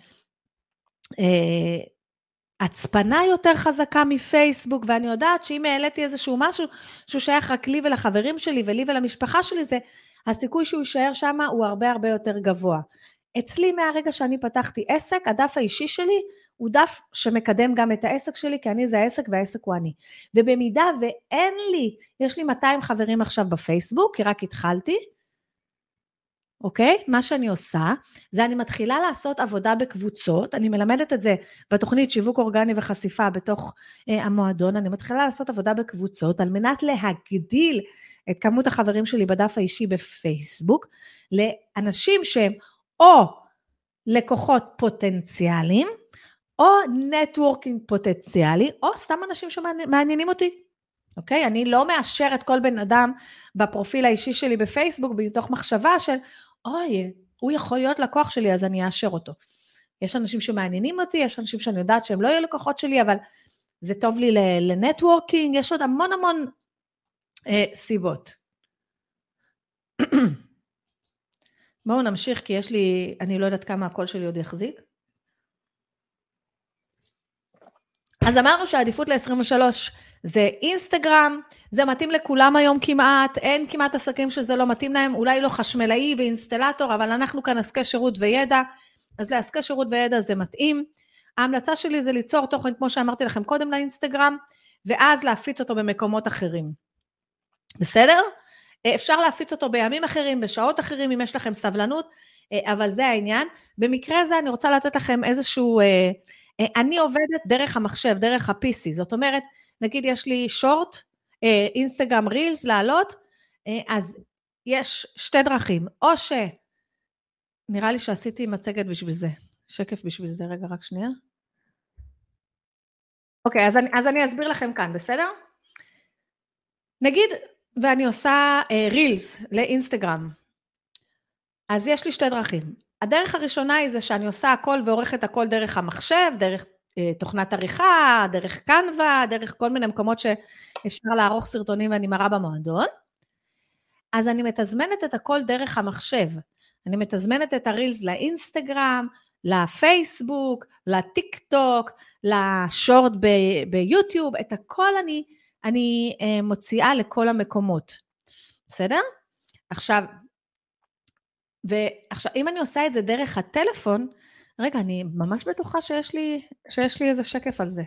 הצפנה יותר חזקה מפייסבוק, ואני יודעת שאם העליתי איזשהו משהו שהוא שייך רק לי ולחברים שלי ולי ולמשפחה שלי, זה הסיכוי שהוא יישאר שם הוא הרבה הרבה יותר גבוה. אצלי מהרגע שאני פתחתי עסק, הדף האישי שלי הוא דף שמקדם גם את העסק שלי, כי אני זה העסק והעסק הוא אני. ובמידה ואין לי, יש לי 200 חברים עכשיו בפייסבוק, כי רק התחלתי, אוקיי? מה שאני עושה, זה אני מתחילה לעשות עבודה בקבוצות, אני מלמדת את זה בתוכנית שיווק אורגני וחשיפה בתוך המועדון, אני מתחילה לעשות עבודה בקבוצות, על מנת להגדיל את כמות החברים שלי בדף האישי בפייסבוק, לאנשים שהם או לקוחות פוטנציאליים, או נטוורקינג פוטנציאלי, או סתם אנשים שמעניינים אותי. אוקיי? אני לא מאשרת כל בן אדם בפרופיל האישי שלי בפייסבוק, בתוך מחשבה של, אוי, הוא יכול להיות לקוח שלי, אז אני אאשר אותו. יש אנשים שמעניינים אותי, יש אנשים שאני יודעת שהם לא יהיו לקוחות שלי, אבל זה טוב לי לנטוורקינג, יש עוד המון המון סיבות. בואו נמשיך, כי יש לי, אני לא יודעת כמה הקול שלי עוד יחזיק. אז אמרנו שהעדיפות ל-23 זה אינסטגרם, זה מתאים לכולם היום כמעט, אין כמעט עסקים שזה לא מתאים להם, אולי לא חשמלאי ואינסטלטור, אבל אנחנו כאן עסקי שירות וידע, אז לעסקי שירות וידע זה מתאים. ההמלצה שלי זה ליצור תוכן, כמו שאמרתי לכם קודם לאינסטגרם, ואז להפיץ אותו במקומות אחרים. בסדר? אפשר להפיץ אותו בימים אחרים, בשעות אחרים, אם יש לכם סבלנות, אבל זה העניין. במקרה הזה אני רוצה לתת לכם איזשהו, אני עובדת דרך המחשב, דרך ה-PC, זאת אומרת, נגיד יש לי שורט, אינסטגרם רילס לעלות, אז יש 2 דרכים, או נראה לי שעשיתי מצגת בשביל זה, שקף בשביל זה, רגע רק שנייה. אוקיי, אז אני אסביר לכם כאן, בסדר? נגיד, ואני עושה רילס לאינסטגרם, אז יש לי 2 דרכים. הדרך הראשונה היא זה שאני עושה הכל ועורכת הכל דרך המחשב, דרך תוכנת עריכה, דרך קנווה, דרך כל מיני מקומות שאפשר לערוך סרטונים ואני מראה במועדון. אז אני מתזמנת את הכל דרך המחשב. אני מתזמנת את הרילס לאינסטגרם, לפייסבוק, לטיק טוק, לשורט ביוטיוב, את הכל אני מוציאה לכל המקומות. בסדר? עכשיו, אם אני עושה את זה דרך הטלפון, רגע, אני ממש בטוחה שיש לי איזה שקף על זה.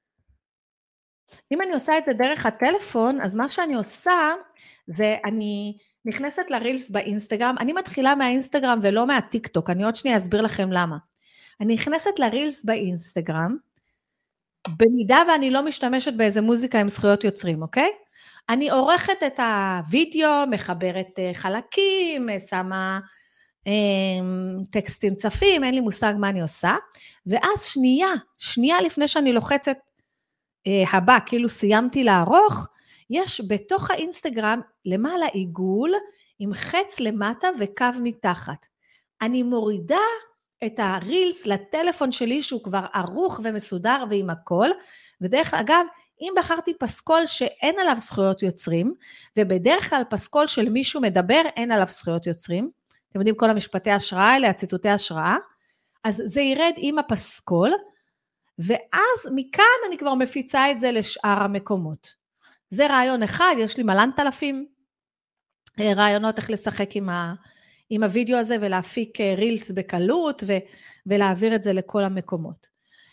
אם אני עושה את זה דרך הטלפון, אז מה שאני עושה, זה אני נכנסת לרילס באינסטגרם, אני מתחילה מהאינסטגרם ולא מהטיק טוק, אני עוד שנייה אסביר לכם למה. אני נכנסת לרילס באינסטגרם, במידה ואני לא משתמשת באיזה מוזיקה עם זכויות יוצרים, אוקיי? אני עורכת את הוידאו, מחברת חלקים, שמה טקסטים צפים, אין לי מושג מה אני עושה, ואז שנייה לפני שאני לוחצת הבא, כאילו סיימתי לערוך, יש בתוך האינסטגרם למעלה עיגול עם חץ למטה וקו מתחת. אני מורידה את הרילס לטלפון שלי, שהוא כבר ערוך ומסודר ועם הכל, ודרך אגב, אם בחרתי פסקול שאין עליו זכויות יוצרים, ובדרך כלל פסקול של מישהו מדבר, אין עליו זכויות יוצרים, אתם יודעים כל המשפטי השראה האלה, הציטוטי השראה, אז זה ירד עם הפסקול, ואז מכאן אני כבר מפיצה את זה לשאר המקומות. זה רעיון אחד, יש לי מלן אלפים רעיונות איך לשחק עם הוידאו הזה, ולהפיק רילס בקלות, ולהעביר את זה לכל המקומות.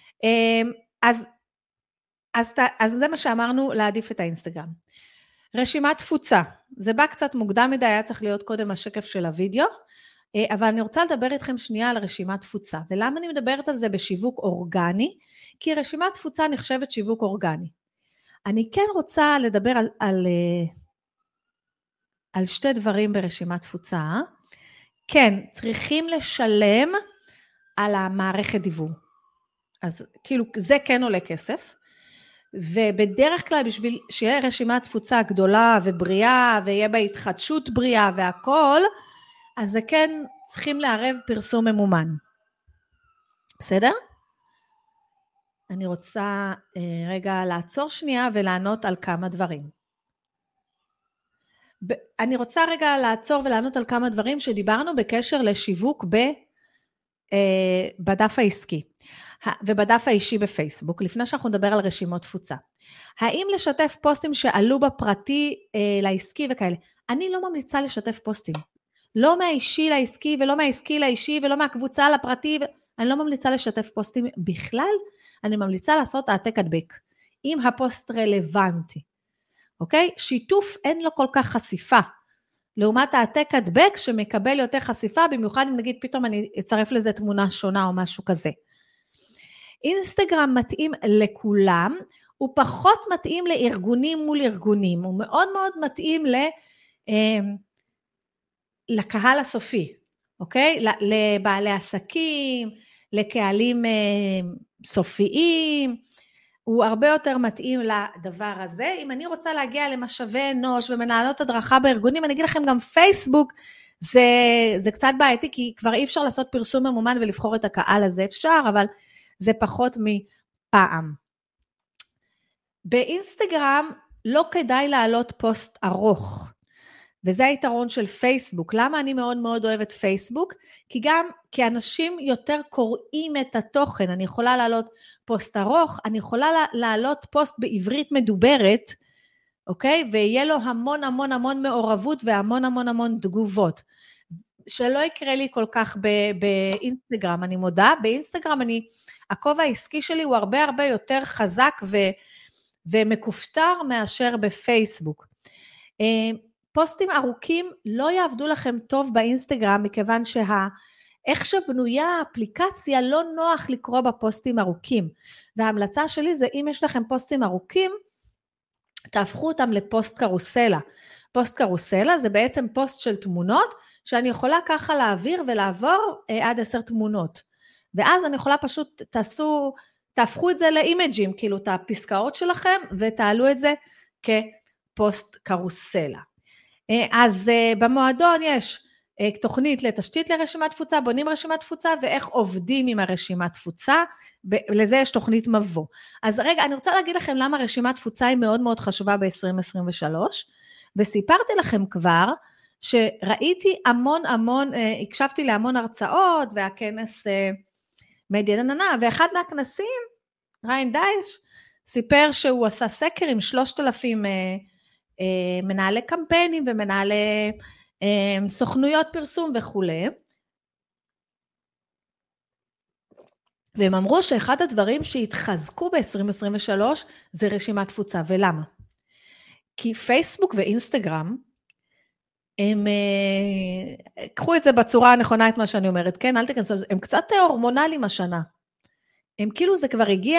אז זה מה שאמרנו, להעדיף את האינסטגרם. רשימת תפוצה, זה בא קצת מוקדם מדי, היה צריך להיות קודם השקף של הוידאו, אבל אני רוצה לדבר איתכם שנייה על רשימת תפוצה, ולמה אני מדברת על זה בשיווק אורגני? כי רשימת תפוצה נחשבת שיווק אורגני. אני כן רוצה לדבר על שתי דברים ברשימת תפוצה. כן, צריכים לשלם על המערכת דיוור. אז כאילו זה כן עולה כסף, ובדרך כלל בשביל שיהיה רשימת תפוצה גדולה ובריאה, ויהיה בה התחדשות בריאה והכל, אז זה כן צריכים לערב פרסום ממומן. בסדר? אני רוצה רגע לעצור שנייה ולענות על כמה דברים. אני רוצה רגע לעצור ולענות על כמה דברים שדיברנו בקשר לשיווק בדף העסקי ובדף האישי בפייסבוק, לפני שאנחנו נדבר על רשימות תפוצה. האם לשתף פוסטים שעלו בפרטי לעסקי וכאלה? אני לא ממליצה לשתף פוסטים. לא מהאישי לעסקי ולא מהעסקי לאישי ולא מהקבוצה לפרטי, אני לא ממליצה לשתף פוסטים בכלל, אני ממליצה לעשות העתק הדבק, אם הפוסט רלוונטי. אוקיי? שיתוף אין לו כל כך חשיפה, לעומת העתק הדבק שמקבל יותר חשיפה, במיוחד אם נגיד פתאום אני אצרף לזה תמונה שונה או משהו כזה. אינסטגרם מתאים לכולם, הוא פחות מתאים לארגונים מול ארגונים, הוא מאוד מאוד מתאים לקהל הסופי, אוקיי? לבעלי עסקים, לקהלים סופיים, הוא הרבה יותר מתאים לדבר הזה. אם אני רוצה להגיע למשאבי אנוש ומנהלות הדרכה בארגונים, אני אגיד לכם גם פייסבוק, זה קצת בעייתי, כי כבר אי אפשר לעשות פרסום ממומן ולבחור את הקהל הזה, אפשר, אבל זה פחות מפעם. באינסטגרם לא כדאי להעלות פוסט ארוך, וזה היתרון של פייסבוק. למה אני מאוד מאוד אוהבת פייסבוק? כי אנשים יותר קוראים את התוכן. אני יכולה להעלות פוסט ארוך, אני יכולה להעלות פוסט בעברית מדוברת, אוקיי? ויהיה לו המון המון המון מעורבות והמון המון המון תגובות. שלא יקרה לי כל כך באינסטגרם, אני מודה. באינסטגרם הכובע העסקי שלי הוא הרבה הרבה יותר חזק ומכופתר מאשר בפייסבוק. פוסטים ארוכים לא יעבדו לכם טוב באינסטגרם, מכיוון איך שבנויה האפליקציה לא נוח לקרוא בפוסטים ארוכים. וההמלצה שלי זה אם יש לכם פוסטים ארוכים, תהפכו אותם לפוסט קרוסלה. פוסט קרוסלה זה בעצם פוסט של תמונות, שאני יכולה ככה להעביר ולעבור עד 10 תמונות. ואז אני יכולה פשוט תהפכו את זה לאימג'ים, כאילו את הפסקאות שלכם, ותעלו את זה כפוסט קרוסלה. אז במועדון יש תוכנית לתשתית לרשימת תפוצה, בונים רשימת תפוצה, ואיך עובדים עם הרשימת תפוצה, לזה יש תוכנית מבוא. אז רגע, אני רוצה להגיד לכם למה רשימת תפוצה היא מאוד מאוד חשובה ב-2023, וסיפרתי לכם כבר, שראיתי המון, הקשבתי להמון הרצאות, והכנס מדיה ננה, ואחד מהכנסים, ריין דייש, סיפר שהוא עשה סקר עם 3,000 מנהלי קמפיינים ומנהלי סוכנויות פרסום וכו'. והם אמרו שאחד הדברים שהתחזקו ב-2023 זה רשימת תפוצה. ולמה? כי פייסבוק ואינסטגרם, הם קחו את זה בצורה הנכונה את מה שאני אומרת, כן? אל תכנסו, הם קצת הורמונליים השנה. הם כאילו זה כבר הגיע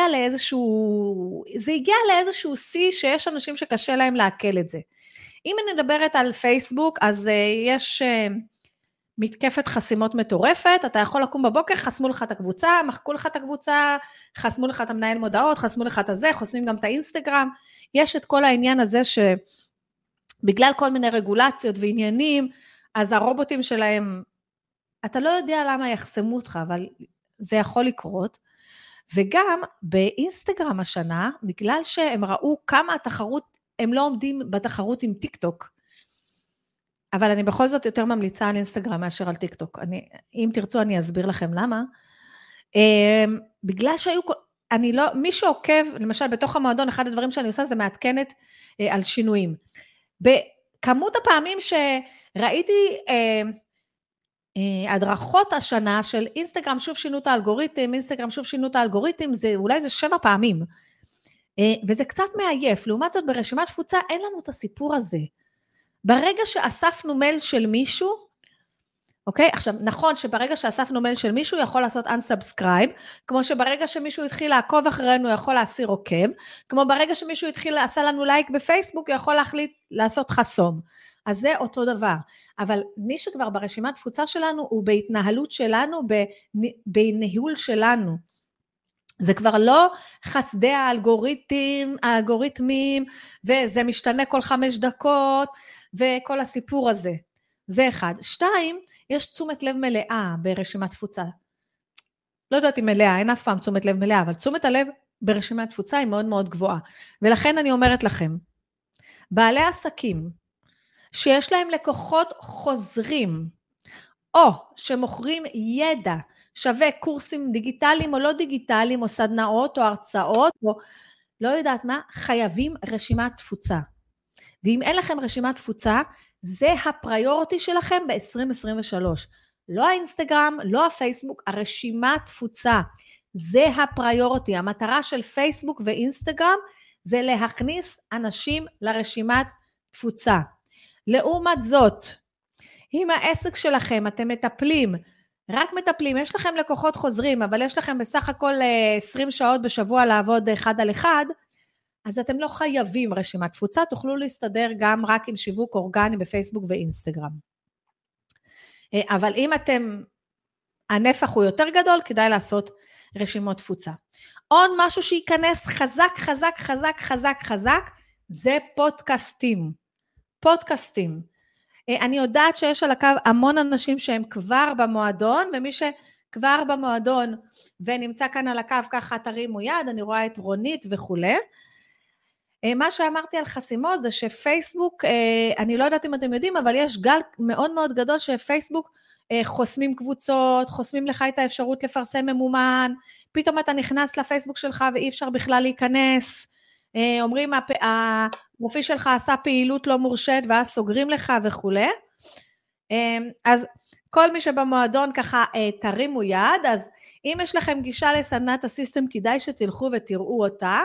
לאיזשהו שיא שיש אנשים שקשה להם לעכל את זה. אם אני מדברת על פייסבוק, אז יש מתקפת חסימות מטורפת, אתה יכול לקום בבוקר, חסמו לך את הקבוצה, מחקו לך את הקבוצה, חסמו לך את המנהל מודעות, חסמו לך את הזה, חוסמים גם את האינסטגרם, יש את כל העניין הזה שבגלל כל מיני רגולציות ועניינים, אז הרובוטים שלהם אתה לא יודע למה יחסמו אותך, אבל זה יכול לקרות. וגם באינסטגרם השנה, בגלל שהם ראו כמה התחרות, הם לא עומדים בתחרות עם טיק טוק, אבל אני בכל זאת יותר ממליצה על אינסטגרם מאשר על טיק טוק. אם תרצו אני אסביר לכם למה. בגלל שהיו, מי שעוקב, למשל בתוך המועדון, אחד הדברים שאני עושה זה מעדכנת על שינויים. בכמות הפעמים שראיתי הדרכות השנה של אינסטגרם שוב שינו את האלגוריתם, אולי זה 7 פעמים. וזה קצת מעייף, לעומת זאת ברשימת תפוצה אין לנו את הסיפור הזה. ברגע שאספנו מייל של מישהו, אוקיי? עכשיו, נכון שברגע שאספנו מייל של מישהו, יכול לעשות unsubscribe, כמו שברגע שמישהו התחיל לעקוב אחרינו, יכול להסיר עוקב, כמו ברגע שמישהו התחיל לעשה לנו לייק בפייסבוק, הוא יכול להחליט לעשות חסום. אז זה אותו דבר. אבל מי שכבר ברשימת תפוצה שלנו, הוא בהתנהלות שלנו, בניהול שלנו. זה כבר לא חסדי האלגוריתמים, וזה משתנה כל 5 דקות, וכל הסיפור הזה. זה אחד. 2, יש תשומת לב מלאה ברשימת תפוצה. לא יודעת אם מלאה, אין אף פעם תשומת לב מלאה, אבל תשומת הלב ברשימת תפוצה היא מאוד מאוד גבוהה. ולכן אני אומרת לכם, בעלי עסקים, שיש להם לקוחות חוזרים, או שמוכרים ידע, שווה קורסים דיגיטליים או לא דיגיטליים, או סדנאות או הרצאות, או לא יודעת מה, חייבים רשימת תפוצה. ואם אין לכם רשימת תפוצה, זה הפריוריטי שלכם ב-2023. לא האינסטגרם, לא הפייסבוק, הרשימת תפוצה. זה הפריוריטי. המטרה של פייסבוק ואינסטגרם, זה להכניס אנשים לרשימת תפוצה. לעומת זאת, אם העסק שלכם, אתם מטפלים, רק מטפלים, יש לכם לקוחות חוזרים, אבל יש לכם בסך הכל 20 שעות בשבוע לעבוד 1 על 1, אז אתם לא חייבים רשימת תפוצה, תוכלו להסתדר גם רק עם שיווק אורגני בפייסבוק ואינסטגרם. אבל אם הנפח הוא יותר גדול, כדאי לעשות רשימות תפוצה. עוד משהו שייכנס חזק, זה פודקאסטים. אני יודעת שיש על הקו המון אנשים שהם כבר במועדון, ומי שכבר במועדון ונמצא כאן על הקו ככה תרימו יד, אני רואה את רונית וכו'. מה שאמרתי על חסימות זה שפייסבוק, אני לא יודעת אם אתם יודעים, אבל יש גל מאוד מאוד גדול שפייסבוק חוסמים קבוצות, חוסמים לך את האפשרות לפרסם ממומן, פתאום אתה נכנס לפייסבוק שלך ואי אפשר בכלל להיכנס, אומרים הפרופיל שלך עשה פעילות לא מורשת ואז סוגרים לך וכו'. אז כל מי שבמועדון ככה תרימו יד, אז אם יש לכם גישה לסדנת הסיסטם כדאי שתלכו ותראו אותה.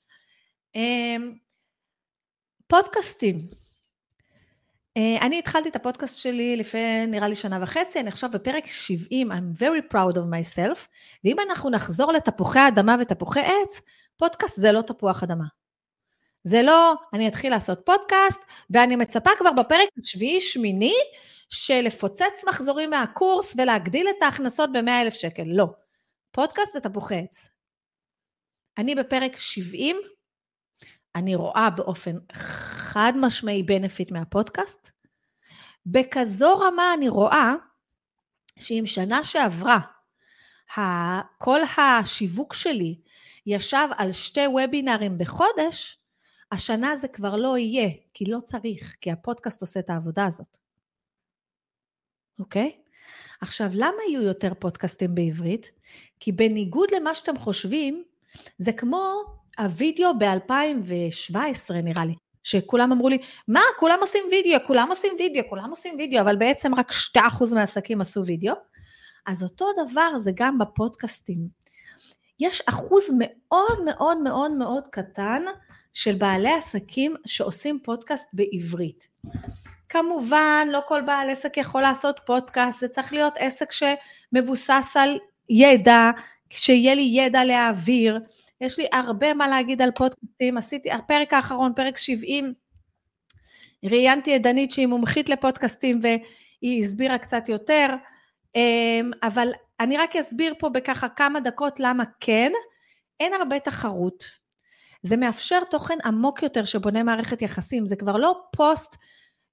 פודקאסטים. אני התחלתי את הפודקאסט שלי לפני נראה לי 1.5 שנה, אני עכשיו בפרק 70, I'm very proud of myself, ואם אנחנו נחזור לתפוחי האדמה ותפוחי עץ, פודקאסט זה לא תפוח אדמה. זה לא, אני אתחיל לעשות פודקאסט, ואני מצפה כבר בפרק 7-8, שלפוצץ מחזורים מהקורס, ולהגדיל את ההכנסות ב100,000 שקל. לא. פודקאסט זה תפוחי עץ. אני בפרק 70, אני רואה באופן חד משמעי בנפיט מהפודקאסט, בכזו רמה אני רואה, שאם שנה שעברה, כל השיווק שלי ישב על 2 וובינרים בחודש, השנה זה כבר לא יהיה, כי לא צריך, כי הפודקאסט עושה את העבודה הזאת. אוקיי? עכשיו, למה יהיו יותר פודקאסטים בעברית? כי בניגוד למה שאתם חושבים, זה כמו הווידאו ב-2017 נראה לי, שכולם אמרו לי, מה? כולם עושים וידאו, אבל בעצם רק 2% מהעסקים עשו וידאו. אז אותו דבר זה גם בפודקאסטים. יש אחוז מאוד מאוד מאוד מאוד קטן של בעלי עסקים שעושים פודקאסט בעברית. כמובן, לא כל בעל עסק יכול לעשות פודקאסט, זה צריך להיות עסק שמבוסס על ידע, שיהיה לי ידע להעביר. יש לי הרבה מה להגיד על פודקאסטים, עשיתי, הפרק האחרון, פרק 70, ראיינתי את דנית שהיא מומחית לפודקאסטים, והיא הסבירה קצת יותר, אבל אני רק אסביר פה בככה כמה דקות למה כן, אין הרבה תחרות, זה מאפשר תוכן עמוק יותר שבונה מערכת יחסים, זה כבר לא פוסט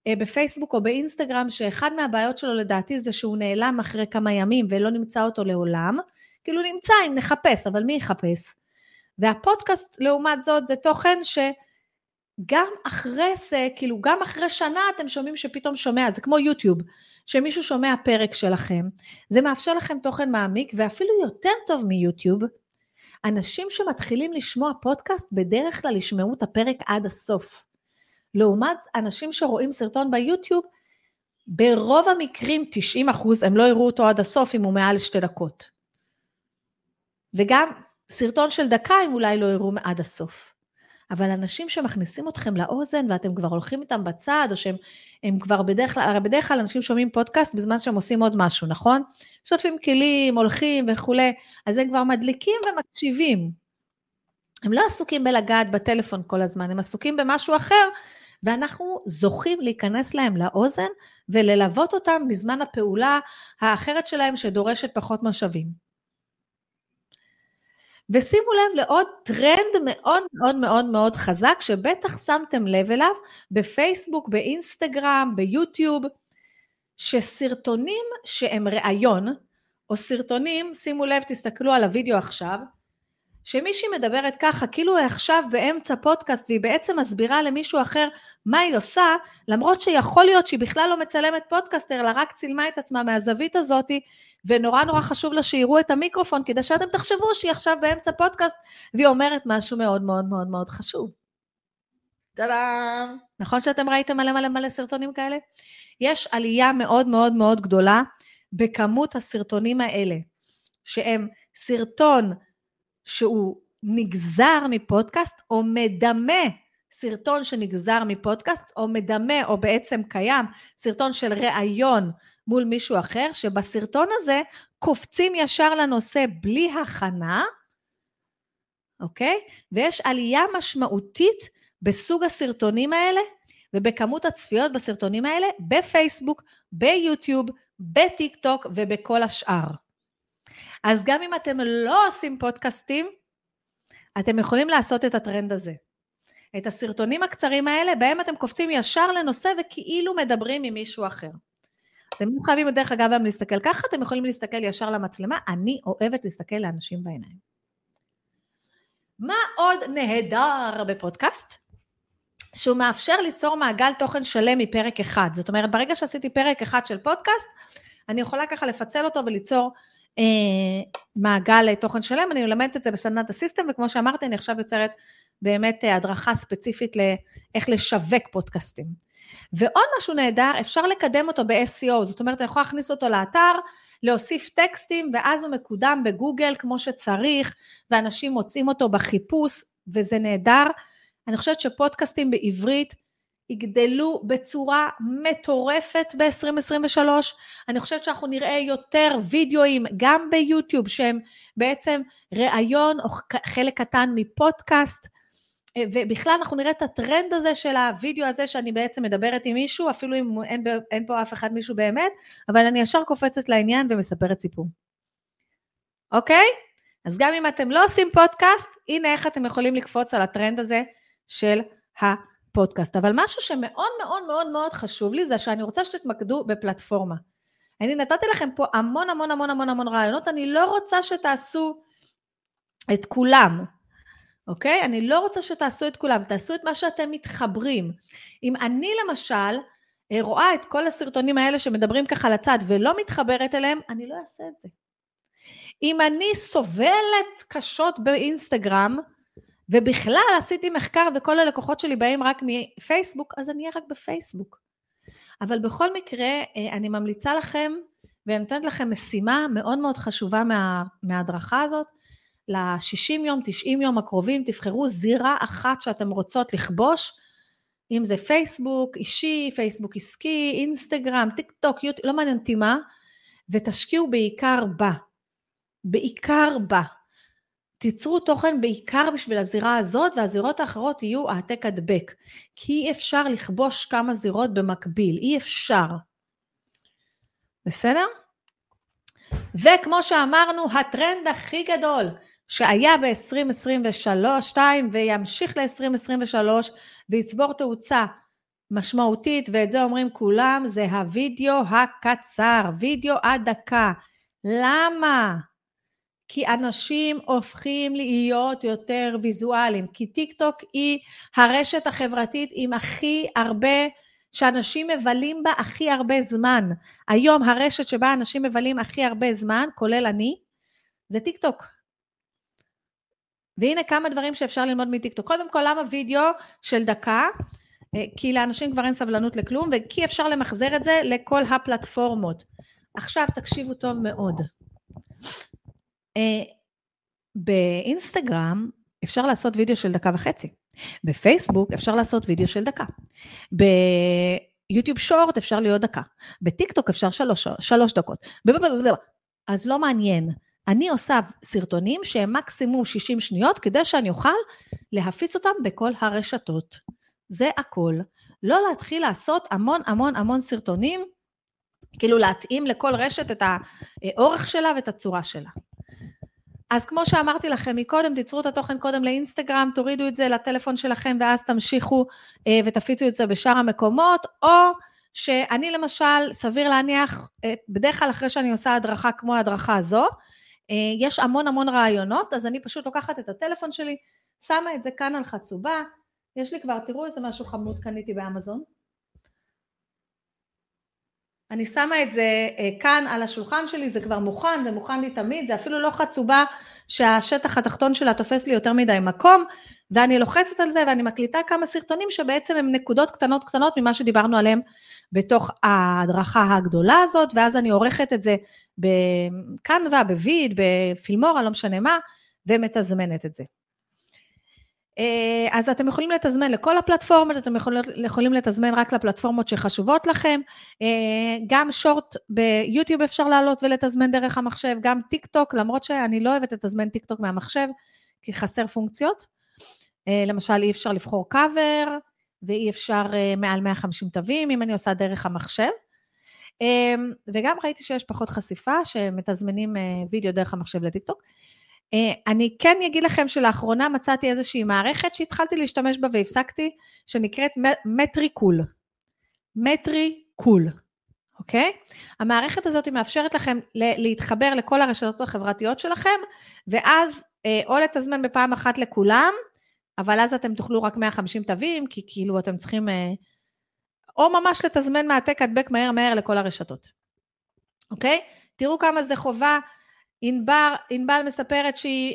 בפייסבוק או באינסטגרם, שאחד מהבעיות שלו לדעתי זה שהוא נעלם אחרי כמה ימים ולא נמצא אותו לעולם, כאילו נמצא אם נחפש, אבל מי יחפש? והפודקאסט לעומת זאת זה תוכן שגם אחרי זה, כאילו גם אחרי שנה אתם שומעים שפתאום שומע, זה כמו יוטיוב, שמישהו שומע פרק שלכם, זה מאפשר לכם תוכן מעמיק, ואפילו יותר טוב מיוטיוב, אנשים שמתחילים לשמוע פודקאסט, בדרך כלל ישמעו את הפרק עד הסוף. לעומת אנשים שרואים סרטון ביוטיוב, ברוב המקרים 90% הם לא יראו אותו עד הסוף אם הוא מעל 2 דקות. וגם סרטון של דקה הם אולי לא יראו עד הסוף. אבל אנשים שמכניסים אתכם לאוזן ואתם כבר הולכים איתם בצד, או שהם כבר בדרך כלל אנשים שומעים פודקאסט בזמן שהם עושים עוד משהו, נכון? שוטפים כלים, הולכים וכו', אז הם כבר מדליקים ומקשיבים. הם לא עסוקים בלגעת בטלפון כל הזמן, הם עסוקים במשהו אחר, ואנחנו זוכים להיכנס להם לאוזן, וללוות אותם בזמן הפעולה האחרת שלהם, שדורשת פחות משאבים. ושימו לב לעוד טרנד מאוד מאוד מאוד מאוד חזק, שבטח שמתם לב אליו, בפייסבוק, באינסטגרם, ביוטיוב, שסרטונים שהם ראיון, או סרטונים, שימו לב, תסתכלו על הוידאו עכשיו, שמישהי מדברת ככה, כאילו היא עכשיו באמצע פודקאסט, והיא בעצם מסבירה למישהו אחר מה היא עושה, למרות שיכול להיות שהיא בכלל לא מצלמת פודקאסטר, אלא רק צילמה את עצמה מהזווית הזאת, ונורא נורא חשוב לה שיראו את המיקרופון, כדי שאתם תחשבו שהיא עכשיו באמצע פודקאסט, והיא אומרת משהו מאוד מאוד מאוד מאוד חשוב. טאדאם! נכון שאתם ראיתם מלא מלא מלא סרטונים כאלה? יש עלייה מאוד מאוד מאוד גדולה, בכמות הסרטונים האלה, שהם סרטון, שהוא נגזר מפודקאסט, או מדמה סרטון שנגזר מפודקאסט, או מדמה, או בעצם קיים, סרטון של ראיון מול מישהו אחר, שבסרטון הזה קופצים ישר לנושא בלי הכנה, אוקיי? ויש עלייה משמעותית בסוג הסרטונים האלה, ובכמות הצפיות בסרטונים האלה, בפייסבוק, ביוטיוב, בטיק טוק ובכל השאר. אז גם אם אתם לא עושים פודקאסטים, אתם יכולים לעשות את הטרנד הזה. את הסרטונים הקצרים האלה, בהם אתם קופצים ישר לנושא וכאילו מדברים עם מישהו אחר. אתם לא חייבים בדרך אגב גם להסתכל ככה, אתם יכולים להסתכל ישר למצלמה, אני אוהבת להסתכל לאנשים בעיניים. מה עוד נהדר בפודקאסט? שהוא מאפשר ליצור מעגל תוכן שלם מפרק אחד. זאת אומרת, ברגע שעשיתי פרק אחד של פודקאסט, אני יכולה ככה לפצל אותו וליצור מעגל תוכן שלם, אני מלמדת את זה בסדנת הסיסטם, וכמו שאמרתי, אני עכשיו יוצרת באמת הדרכה ספציפית לאיך לשווק פודקאסטים. ועוד משהו נהדר, אפשר לקדם אותו ב-SEO, זאת אומרת, אני יכולה להכניס אותו לאתר, להוסיף טקסטים, ואז הוא מקודם בגוגל כמו שצריך, ואנשים מוצאים אותו בחיפוש, וזה נהדר. אני חושבת שפודקאסטים בעברית, יגדלו בצורה מטורפת ב-2023, אני חושבת שאנחנו נראה יותר וידאוים גם ביוטיוב, שהם בעצם ראיון או חלק קטן מפודקאסט, ובכלל אנחנו נראה את הטרנד הזה של הוידאו הזה, שאני בעצם מדברת עם מישהו, אפילו אם אין פה אף אחד מישהו באמת, אבל אני ישר קופצת לעניין ומספרת סיפור. אוקיי? אז גם אם אתם לא עושים פודקאסט, הנה איך אתם יכולים לקפוץ על הטרנד הזה של פודקאסט, אבל משהו שמאוד מאוד מאוד מאוד חשוב לי, זה שאני רוצה שתתמקדו בפלטפורמה. אני נתתי לכם פה המון המון המון המון המון רעיונות, אני לא רוצה שתעשו את כולם, אוקיי? אני לא רוצה שתעשו את כולם, תעשו את מה שאתם מתחברים. אם אני למשל רואה את כל הסרטונים האלה שמדברים ככה לצד, ולא מתחברת אליהם, אני לא אעשה את זה. אם אני סובלת קשות באינסטגרם, ובכלל עשיתי מחקר וכל הלקוחות שלי באים רק מפייסבוק, אז אני אהיה רק בפייסבוק. אבל בכל מקרה, אני ממליצה לכם, ואני נותנת לכם משימה מאוד מאוד חשובה מההדרכה הזאת, ל-60 יום, 90 יום הקרובים, תבחרו זירה אחת שאתם רוצות לכבוש, אם זה פייסבוק אישי, פייסבוק עסקי, אינסטגרם, טיק טוק, יוטיוב, לא מעניין אותי מה, ותשקיעו בעיקר בה. בעיקר בה. תיצרו תוכן בעיקר בשביל הזירה הזאת, והזירות האחרות יהיו העתק הדבק. כי אי אפשר לכבוש כמה זירות במקביל, אי אפשר. בסדר? וכמו שאמרנו, הטרנד הכי גדול שהיה ב-2022 וימשיך ל-2023 ויצבור תאוצה משמעותית, ואת זה אומרים כולם, זה הוידאו הקצר, וידאו עד דקה. למה? כי אנשים הופכים להיות יותר ויזואליים, כי טיק טוק היא הרשת החברתית עם הכי הרבה, שאנשים מבלים בה הכי הרבה זמן. היום הרשת שבה אנשים מבלים הכי הרבה זמן, כולל אני, זה טיק טוק. והנה כמה דברים שאפשר ללמוד מטיק טוק. קודם כל, למה וידאו של דקה? כי לאנשים כבר אין סבלנות לכלום, וכי אפשר למחזר את זה לכל הפלטפורמות. עכשיו תקשיבו טוב מאוד. באינסטגרם אפשר לעשות וידאו של 1.5 דקות. בפייסבוק אפשר לעשות וידאו של דקה. ביוטיוב שורט אפשר להיות דקה. בטיק טוק אפשר 3 דקות. אז לא מעניין. אני עושה סרטונים שהם מקסימום 60 שניות, כדי שאני אוכל להפיץ אותם בכל הרשתות. זה הכל. לא להתחיל לעשות המון סרטונים, כאילו להתאים לכל רשת את האורך שלה ואת הצורה שלה. אז כמו שאמרתי לכם מקודם, תיצרו את התוכן קודם לאינסטגרם, תורידו את זה לטלפון שלכם, ואז תמשיכו ותפיצו את זה בשאר המקומות, או שאני למשל, סביר להניח, בדרך כלל אחרי שאני עושה הדרכה כמו ההדרכה הזו, יש המון רעיונות, אז אני פשוט לוקחת את הטלפון שלי, שמה את זה כאן על חצובה, יש לי כבר, תראו איזה משהו חמוד קניתי באמזון, אני שמה את זה כאן על השולחן שלי, זה כבר מוכן, זה מוכן לי תמיד, זה אפילו לא חצובה שהשטח התחתון שלה תופס לי יותר מדי מקום, ואני לוחצת על זה ואני מקליטה כמה סרטונים שבעצם הם נקודות קטנות ממה שדיברנו עליהם בתוך ההדרכה הגדולה הזאת, ואז אני עורכת את זה בקנווה, בוויד, בפילמורה, לא משנה מה, ומתזמנת את זה. אז אתם יכולים לתזמן לכל הפלטפורמות, אתם יכולים לתזמן רק לפלטפורמות שחשובות לכם, גם שורט ביוטיוב אפשר לעלות ולתזמן דרך המחשב, גם טיק טוק, למרות שאני לא אוהבת לתזמן טיק טוק מהמחשב, כי חסר פונקציות, למשל אי אפשר לבחור קאבר, ואי אפשר מעל 150 תווים, אם אני עושה דרך המחשב, וגם ראיתי שיש פחות חשיפה, שמתזמנים וידאו דרך המחשב לטיק טוק, אני כן אגיד לכם שלאחרונה מצאתי איזושהי מערכת שהתחלתי להשתמש בה והפסקתי, שנקראת מטריקול. מטריקול, אוקיי? המערכת הזאת מאפשרת לכם להתחבר לכל הרשתות החברתיות שלכם, ואז או לתזמן בפעם אחת לכולם, אבל אז אתם תוכלו רק 150 תווים, כי כאילו אתם צריכים, או ממש לתזמן מעתק הדבק מהר לכל הרשתות. אוקיי? תראו כמה זה חובה, ענבל מספרת שהיא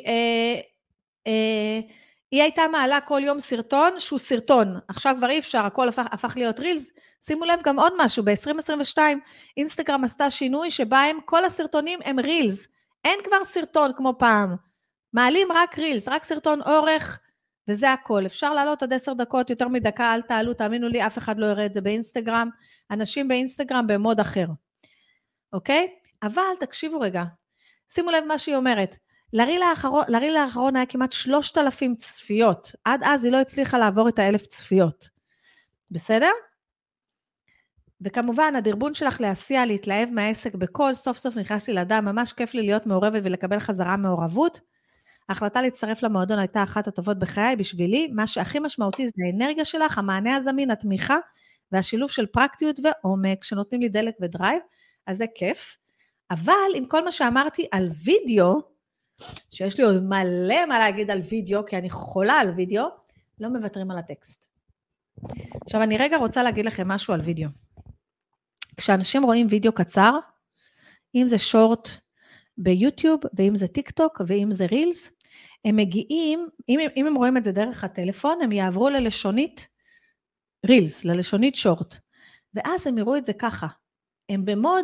הייתה מעלה כל יום סרטון, שהוא סרטון, עכשיו כבר אי אפשר, הכל הפך להיות רילס, שימו לב גם עוד משהו, ב-2022 אינסטגרם עשתה שינוי שבהם כל הסרטונים הם רילס, אין כבר סרטון כמו פעם, מעלים רק רילס, רק סרטון אורך, וזה הכל, אפשר לעלות עד 10 דקות, יותר מדקה, אל תעלו, תאמינו לי, אף אחד לא יראה את זה באינסטגרם, אנשים באינסטגרם במוד אחר, אוקיי? אבל תקשיבו רגע, שימו לב מה שהיא אומרת, לריל האחרון היה כמעט 3,000 צפיות, עד אז היא לא הצליחה לעבור את 1,000 צפיות, בסדר? וכמובן הדרבון שלך להסיע, להתלהב מהעסק בכל, סוף סוף נכנסתי לאדם, ממש כיף לי להיות מעורבת ולקבל חזרה מעורבות, ההחלטה להצטרף למועדון הייתה אחת הטובות בחיי בשבילי, מה שהכי משמעותי זה האנרגיה שלך, המענה הזמין, התמיכה, והשילוב של פרקטיות ועומק, שנותנים לי דלק ודרייב, אז זה כיף, אבל עם כל מה שאמרתי על וידאו, שיש לי עוד מלא מה להגיד על וידאו, כי אני חולה על וידאו, לא מוותרים על הטקסט. עכשיו אני רגע רוצה להגיד לכם משהו על וידאו. כשאנשים רואים וידאו קצר, אם זה שורט ביוטיוב, ואם זה טיק טוק, ואם זה רילס, הם מגיעים, אם הם רואים את זה דרך הטלפון, הם יעברו ללשונית רילס, ללשונית שורט, ואז הם יראו את זה ככה, הם במוד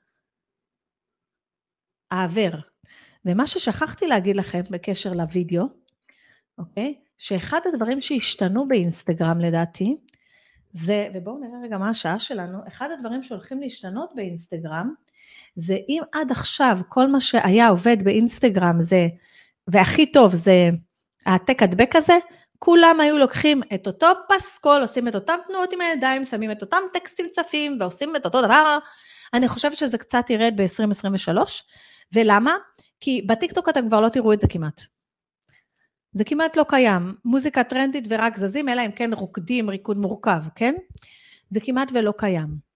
העבר. ומה ששכחתי להגיד לכם בקשר לוידאו, אוקיי? שאחד הדברים שהשתנו באינסטגרם לדעתי, זה, ובואו נראה רגע מה השעה שלנו, אחד הדברים שהולכים להשתנות באינסטגרם, זה אם עד עכשיו כל מה שהיה עובד באינסטגרם זה, והכי טוב זה העתק הדבק הזה, כולם היו לוקחים את אותו פסקול, עושים את אותם תנועות עם הידיים, שמים את אותם טקסטים צפים, ועושים את אותו דבר, אני חושבת שזה קצת ירד ב-2023, ולמה? כי בטיקטוק אתם כבר לא תראו את זה כמעט. זה כמעט לא קיים, מוזיקה טרנדית ורק זזים, אלא אם כן רוקדים, ריקוד מורכב, כן? זה כמעט ולא קיים.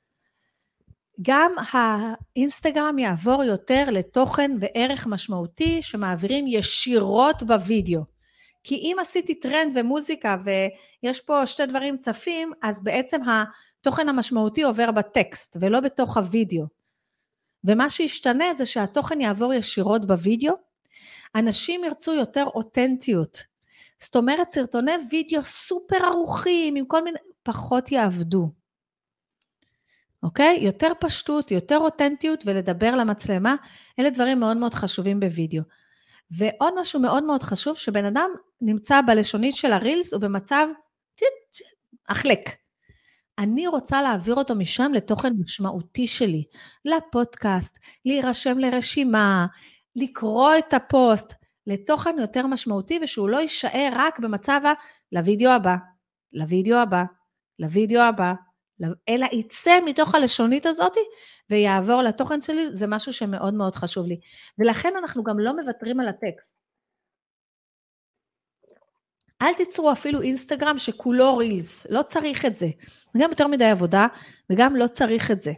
גם האינסטגרם יעבור יותר לתוכן וערך משמעותי שמעבירים ישירות בווידאו. כי אם עשיתי טרנד ומוזיקה ויש פה שתי דברים צפים, אז בעצם התוכן המשמעותי עובר בטקסט ולא בתוך הווידאו. ומה שישתנה זה שהתוכן יעבור ישירות בווידאו, אנשים ירצו יותר אותנטיות. זאת אומרת, סרטוני וידאו סופר ארוכים, עם כל מיני, פחות יעבדו. אוקיי? יותר פשטות, יותר אותנטיות ולדבר למצלמה, אלה דברים מאוד מאוד חשובים בווידאו. ועוד משהו מאוד מאוד חשוב, שבן אדם נמצא בלשונית של הרילס, הוא במצב החלק. אני רוצה להעביר אותו משם לתוכן משמעותי שלי, לפודקאסט, להירשם לרשימה, לקרוא את הפוסט, לתוכן יותר משמעותי, ושהוא לא יישאר רק במצב לוידאו הבא, לוידאו הבא, לוידאו הבא, אלא יצא מתוך הלשונית הזאת, ויעבור לתוכן שלי, זה משהו שמאוד מאוד חשוב לי. ולכן אנחנו גם לא מוותרים על הטקסט. אל תיצרו אפילו אינסטגרם שכולו רילס, לא צריך את זה. זה גם יותר מדי עבודה, וגם לא צריך את זה.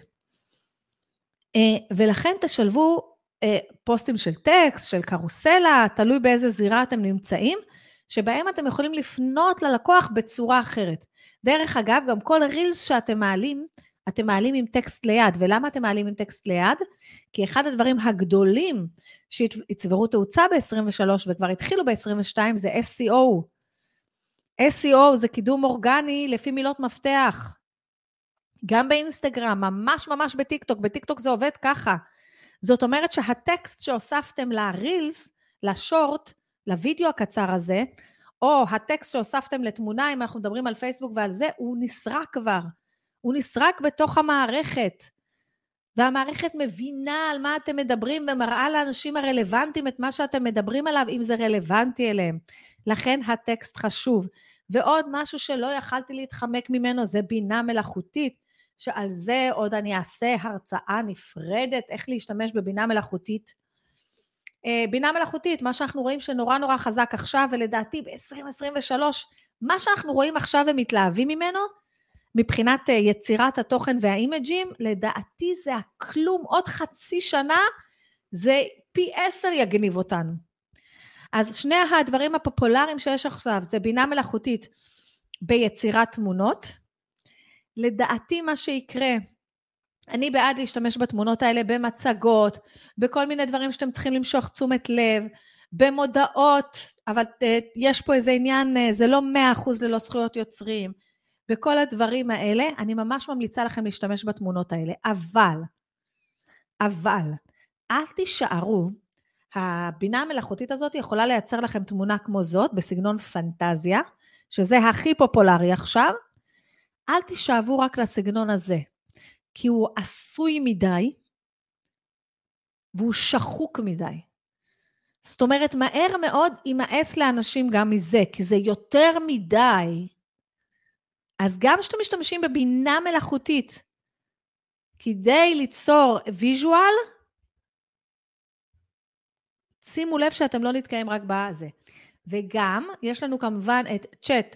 ולכן תשלבו פוסטים של טקסט, של קרוסלה, תלוי באיזה זירה אתם נמצאים, שבהם אתם יכולים לפנות ללקוח בצורה אחרת. דרך אגב, גם כל רילס שאתם מעלים, אתם מעלים עם טקסט ליד. ולמה אתם מעלים עם טקסט ליד? כי אחד הדברים הגדולים שיצברו תאוצה ב-23 וכבר התחילו ב-22 זה SEO. SEO זה קידום אורגני לפי מילות מפתח. גם באינסטגרם, ממש ממש בטיקטוק. בטיקטוק זה עובד ככה. זאת אומרת שהטקסט שהוספתם לרילס, לשורט, לוידאו הקצר הזה, או הטקסט שהוספתם לתמונה, אם אנחנו מדברים על פייסבוק ועל זה, הוא נסרק כבר. הוא נסרק בתוך המערכת. והמערכת מבינה על מה אתם מדברים, ומראה לאנשים הרלוונטיים את מה שאתם מדברים עליו, אם זה רלוונטי אליהם. לכן הטקסט חשוב. ועוד משהו שלא יכלתי להתחמק ממנו, זה בינה מלאכותית, שעל זה עוד אני אעשה הרצאה נפרדת, איך להשתמש בבינה מלאכותית. בינה מלאכותית, מה שאנחנו רואים שנורא נורא חזק עכשיו, ולדעתי ב-2023, מה שאנחנו רואים עכשיו ומתלהבים ממנו, מבחינת יצירת התוכן והאימג'ים, לדעתי זה הכלום, עוד חצי שנה, זה פי 10 יגניב אותנו. אז שני הדברים הפופולריים שיש עכשיו, זה בינה מלאכותית ביצירת תמונות, לדעתי מה שיקרה, אני בעד להשתמש בתמונות האלה במצגות, בכל מיני דברים שאתם צריכים למשוך תשומת לב, במודעות, אבל יש פה איזה עניין, זה לא 100% ללא זכויות יוצרים, בכל הדברים האלה, אני ממש ממליצה לכם להשתמש בתמונות האלה, אבל, אל תישארו, הבינה המלאכותית הזאת יכולה לייצר לכם תמונה כמו זאת, בסגנון פנטזיה, שזה הכי פופולרי עכשיו, אל תישאבו רק לסגנון הזה, כי הוא עשוי מדי, והוא שחוק מדי. זאת אומרת, מהר מאוד יימאס לאנשים גם מזה, כי זה יותר מדי. אז גם שאתם משתמשים בבינה מלאכותית, כדי ליצור ויז'ואל, שימו לב שאתם לא נתקיים רק בזה. וגם, יש לנו כמובן את צ'אט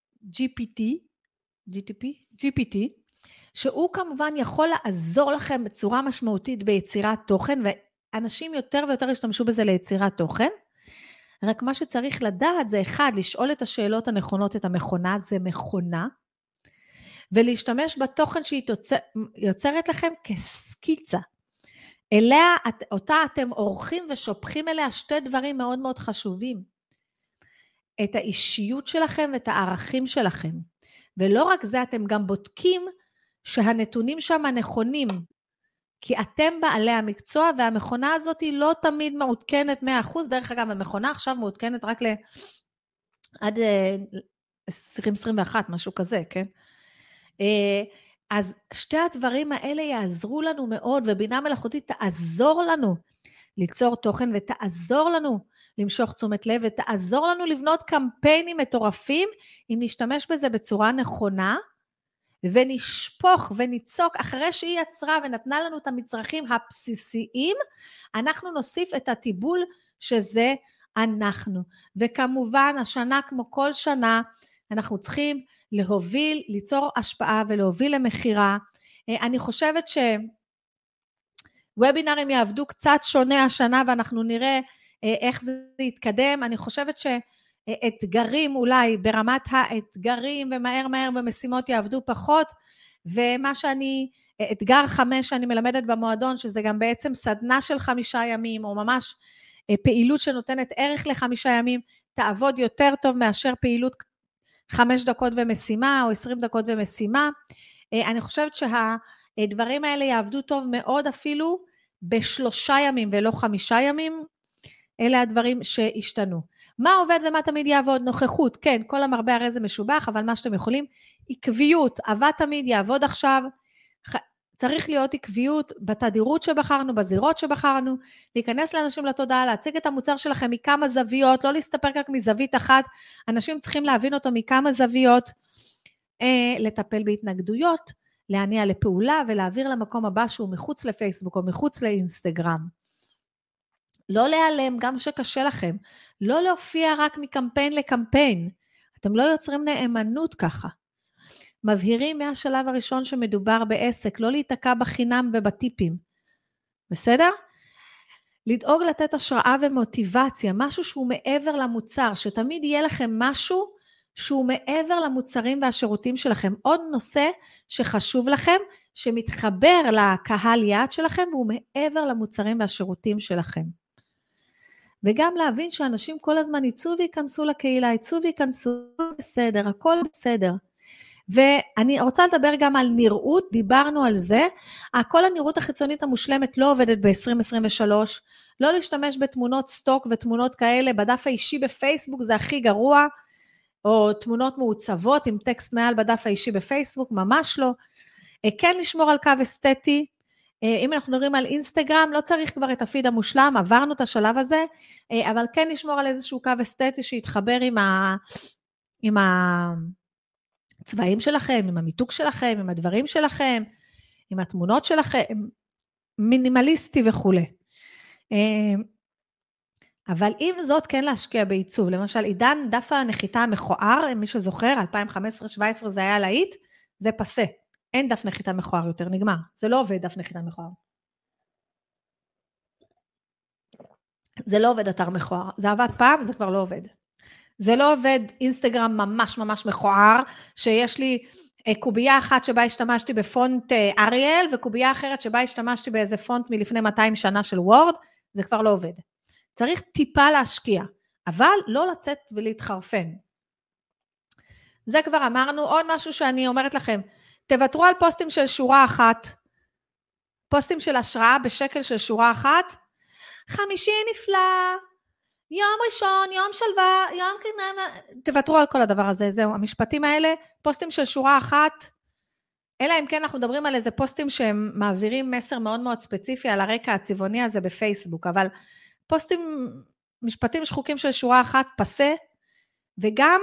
GPT, שהוא כמובן יכול לעזור לכם בצורה משמעותית ביצירת תוכן, ואנשים יותר ויותר ישתמשו בזה ליצירת תוכן, רק מה שצריך לדעת זה אחד, לשאול את השאלות הנכונות את המכונה, זה מכונה, ולהשתמש בתוכן שהיא יוצרת לכם כסקיצה, אליה, אותה אתם עורכים ושופכים אליה שתי דברים מאוד מאוד חשובים, את האישיות שלכם ואת הערכים שלכם, ולא רק זה אתם גם בודקים שהנתונים שם נכונים, כי אתם בעלי המקצוע, והמכונה הזאת היא לא תמיד מעודכנת 100%, דרך אגב, המכונה עכשיו מעודכנת רק עד 2021, משהו כזה, כן? אז שתי הדברים האלה יעזרו לנו מאוד, ובינה מלאכותית תעזור לנו ליצור תוכן, ותעזור לנו למשוך תשומת לב, ותעזור לנו לבנות קמפיינים מטורפים, אם נשתמש בזה בצורה נכונה, ונשפוך וניצוק, אחרי שהיא יצרה ונתנה לנו את המצרכים הבסיסיים, אנחנו נוסיף את הטיבול שזה אנחנו. וכמובן, השנה כמו כל שנה, אנחנו צריכים להוביל, ליצור השפעה ולהוביל למחירה. אני חושבת שוובינרים יעבדו קצת שונה השנה, ואנחנו נראה איך זה יתקדם. אני חושבת שאתגרים אולי ברמת האתגרים ומהר מהר במשימות יעבדו פחות, ומה שאני, אתגר 5 שאני מלמדת במועדון, שזה גם בעצם סדנה של 5 ימים, או ממש פעילות שנותנת ערך ל5 ימים, תעבוד יותר טוב מאשר פעילות 5 דקות ומשימה, או 20 דקות ומשימה. אני חושבת שהדברים האלה יעבדו טוב מאוד אפילו ב3 ימים ולא 5 ימים. אלה הדברים שהשתנו. מה עובד ומה תמיד יעבוד? נוכחות, כן, כל המרבה הרי זה משובח, אבל מה שאתם יכולים, עקביות, עבד תמיד יעבוד עכשיו, צריך להיות עקביות בתדירות שבחרנו, בזירות שבחרנו, להיכנס לאנשים לתודעה, להציג את המוצר שלכם מכמה זוויות, לא להסתפק רק מזווית אחת, אנשים צריכים להבין אותו מכמה זוויות, לטפל בהתנגדויות, להניע לפעולה ולהעביר למקום הבא שהוא מחוץ לפייסבוק או מחוץ לאינסטגרם. לא להיעלם גם שקשה לכם, לא להופיע רק מקמפיין לקמפיין, אתם לא יוצרים נאמנות ככה. מבהירים מהשלב הראשון שמדובר בעסק, לא להיתקע בחינם ובטיפים. בסדר? לדאוג לתת השראה ומוטיבציה, משהו שהוא מעבר למוצר, שתמיד יהיה לכם משהו שהוא מעבר למוצרים והשירותים שלכם. עוד נושא שחשוב לכם, שמתחבר לקהל יעד שלכם, והוא מעבר למוצרים והשירותים שלכם. וגם להבין שאנשים כל הזמן יצאו וייכנסו לקהילה, יצאו וייכנסו בסדר, הכל בסדר. ואני רוצה לדבר גם על נראות, דיברנו על זה, כל הנראות החיצונית המושלמת לא עובדת ב-2023, לא להשתמש בתמונות סטוק ותמונות כאלה, בדף האישי בפייסבוק זה הכי גרוע, או תמונות מעוצבות עם טקסט מעל בדף האישי בפייסבוק, ממש לא. כן לשמור על קו אסתטי, אם אנחנו מדברים על אינסטגרם, לא צריך כבר את הפיד המושלם, עברנו את השלב הזה, אבל כן לשמור על איזשהו קו אסתטי שיתחבר עם הצבעים שלכם, עם המיתוג שלכם, עם הדברים שלכם, עם התמונות שלכם, מינימליסטי וכו'. אבל עם זאת כן להשקיע בעיצוב, למשל עידן דף הנחיתה המכוער, מי שזוכר, 2015-2017 זה היה להיט, זה פסה. אין דף נחיתה מכוער יותר, נגמר. זה לא עובד דף נחיתה מכוער. זה לא עובד אתר מכוער. זה עבד פעם, זה כבר לא עובד. זה לא עובד אינסטגרם ממש ממש מכוער, שיש לי קובייה אחת שבה השתמשתי בפונט אריאל, וקובייה אחרת שבה השתמשתי באיזה פונט מלפני 200 שנה של וורד, זה כבר לא עובד. צריך טיפה להשקיע, אבל לא לצאת ולהתחרפן. זה כבר אמרנו. עוד משהו שאני אומרת לכם, תוותרו על פוסטים של שורה אחת, פוסטים של השראה בשקל של שורה אחת, 50 נפלא, יום ראשון, יום שלווה, יום כננה, תוותרו על כל הדבר הזה, זהו, המשפטים האלה, פוסטים של שורה אחת, אלא אם כן אנחנו מדברים על איזה פוסטים שהם מעבירים מסר מאוד מאוד ספציפי על הרקע הצבעוני הזה בפייסבוק, אבל פוסטים, משפטים שחוקים של שורה אחת פסה, וגם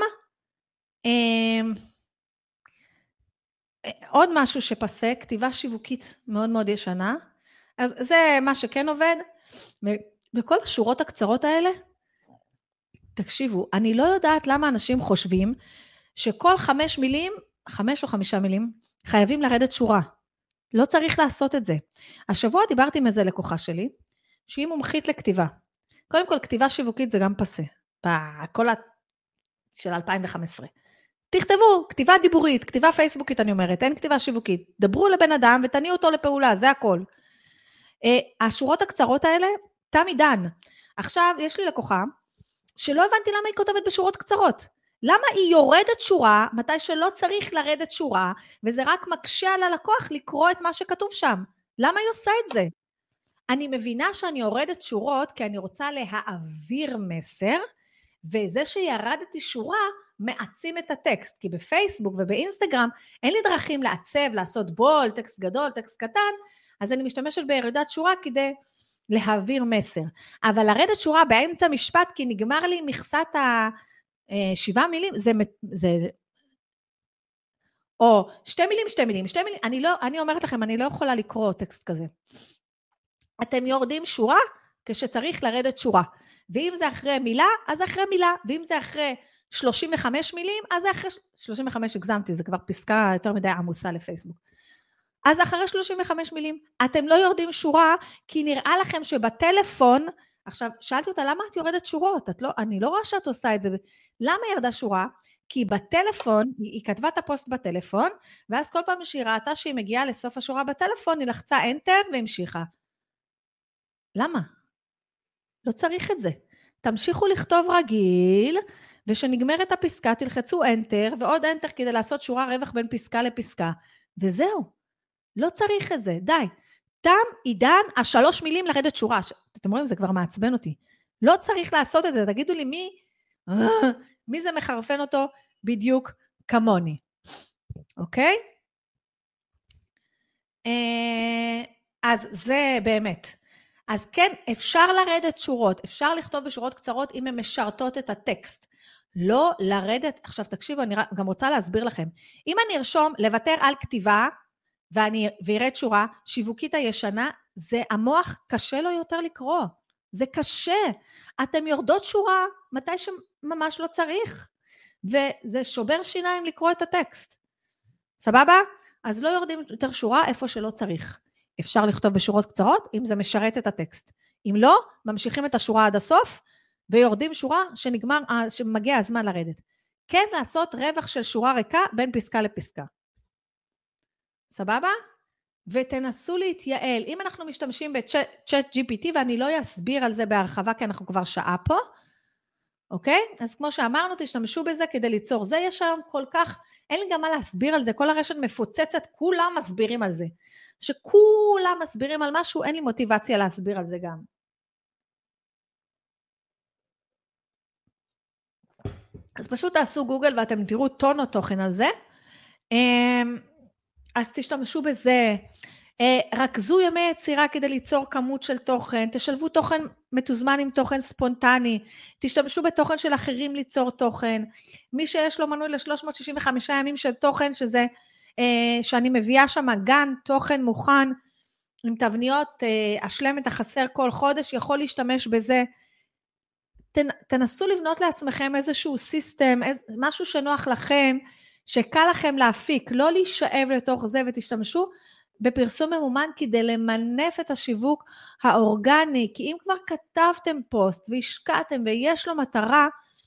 עוד משהו שפסה, כתיבה שיווקית מאוד מאוד ישנה, אז זה מה שכן עובד, וכל השורות הקצרות האלה, תקשיבו, אני לא יודעת למה אנשים חושבים, שכל 5 מילים, 5 או 5 מילים, חייבים לרדת שורה, לא צריך לעשות את זה. השבוע דיברתי עם איזה לקוחה שלי, שהיא מומחית לכתיבה, קודם כל כתיבה שיווקית זה גם פסה, בכל של 2015, תכתבו, כתיבה דיבורית, כתיבה פייסבוקית אני אומרת, אין כתיבה שיווקית, דברו לבן אדם ותניעו אותו לפעולה, זה הכל. השורות הקצרות האלה, תם עידן. עכשיו יש לי לקוחה, שלא הבנתי למה היא כותבת בשורות קצרות. למה היא יורדת שורה, מתי שלא צריך לרדת שורה, וזה רק מקשה על הלקוח לקרוא את מה שכתוב שם. למה היא עושה את זה? אני מבינה שאני יורדת שורות, כי אני רוצה להעביר מסר, וזה שירדתי שורה, מעצים את הטקסט, כי בפייסבוק ובאינסטגרם, אין לי דרכים לעצב, לעשות בול, טקסט גדול, טקסט קטן, אז אני משתמשת בירידת שורה כדי להעביר מסר. אבל לרדת שורה באמצע משפט, כי נגמר לי מכסת 7 מילים, זה או 2 מילים, אני אומרת לכם, אני לא יכולה לקרוא טקסט כזה. אתם יורדים שורה, כשצריך לרדת שורה. ואם זה אחרי מילה, אז אחרי מילה, ואם זה אחרי 35 מילים, אז זה אחרי 35 הגזמתי, זה כבר פסקה יותר מדי עמוסה לפייסבוק. אז אחרי 35 מילים, אתם לא יורדים שורה, כי נראה לכם שבטלפון, עכשיו, שאלתי אותה, למה את יורדת שורות? אני לא רואה שאת עושה את זה. למה ירדה שורה? כי בטלפון, היא כתבה את הפוסט בטלפון, ואז כל פעם שהיא ראתה שהיא מגיעה לסוף השורה בטלפון, היא לחצה Enter והמשיכה. למה? לא צריך את זה. תמשיכו לכתוב רגיל, ושנגמרת הפסקה, תלחצו Enter, ועוד Enter כדי לעשות שורה רווח בין פסקה לפסקה, וזהו. לא צריך את זה, די. תם עידן, 3 מילים לרדת שורה. אתם רואים, זה כבר מעצבן אותי. לא צריך לעשות את זה, תגידו לי מי זה מחרפן אותו בדיוק כמוני. אוקיי? אז זה באמת. אז כן, אפשר לרדת שורות, אפשר לכתוב בשורות קצרות אם הן משרתות את הטקסט. לא לרדת, עכשיו תקשיבו, אני גם רוצה להסביר לכם. אם אני ארשום לוותר על כתיבה, וירד שורה שיווקית הישנה, זה המוח קשה לו יותר לקרוא. זה קשה. אתם יורדות שורה מתי שממש לא צריך. וזה שובר שיניים לקרוא את הטקסט. סבבה? אז לא יורדים יותר שורה איפה שלא צריך. אפשר לכתוב בשורות קצרות אם זה משרת את הטקסט. אם לא, ממשיכים את השורה עד הסוף, ויורדים שורה שמגיע הזמן לרדת. כן לעשות רווח של שורה ריקה בין פסקה לפסקה. סבבה? ותנסו להתייעל. אם אנחנו משתמשים בצ'אט GPT, ואני לא אסביר על זה בהרחבה, כי אנחנו כבר שעה פה, אוקיי? אז כמו שאמרנו, תשתמשו בזה כדי ליצור. זה יש היום כל כך, אין לי גם מה להסביר על זה, כל הרשת מפוצצת, כולם מסבירים על זה. שכולם מסבירים על משהו, אין לי מוטיבציה להסביר על זה גם. אז פשוט תעשו גוגל, ואתם תראו טונות תוכן על זה. אז תשתמשו בזה, רכזו ימי יצירה כדי ליצור כמות של תוכן, תשלבו תוכן מתוזמן עם תוכן ספונטני, תשתמשו בתוכן של אחרים ליצור תוכן, מי שיש לו מנוי ל-365 ימים של תוכן, שזה, שאני מביאה שם גן תוכן מוכן, עם תבניות, אשלם את החסר כל חודש, יכול להשתמש בזה, תנסו לבנות לעצמכם איזשהו סיסטם, משהו שנוח לכם, שקל לכם להפיק, לא להישאב לתוך זה, ותשתמשו בפרסום ממומן כדי למנף את השיווק האורגני, כי אם כבר כתבתם פוסט והשקעתם ויש לו מטרה,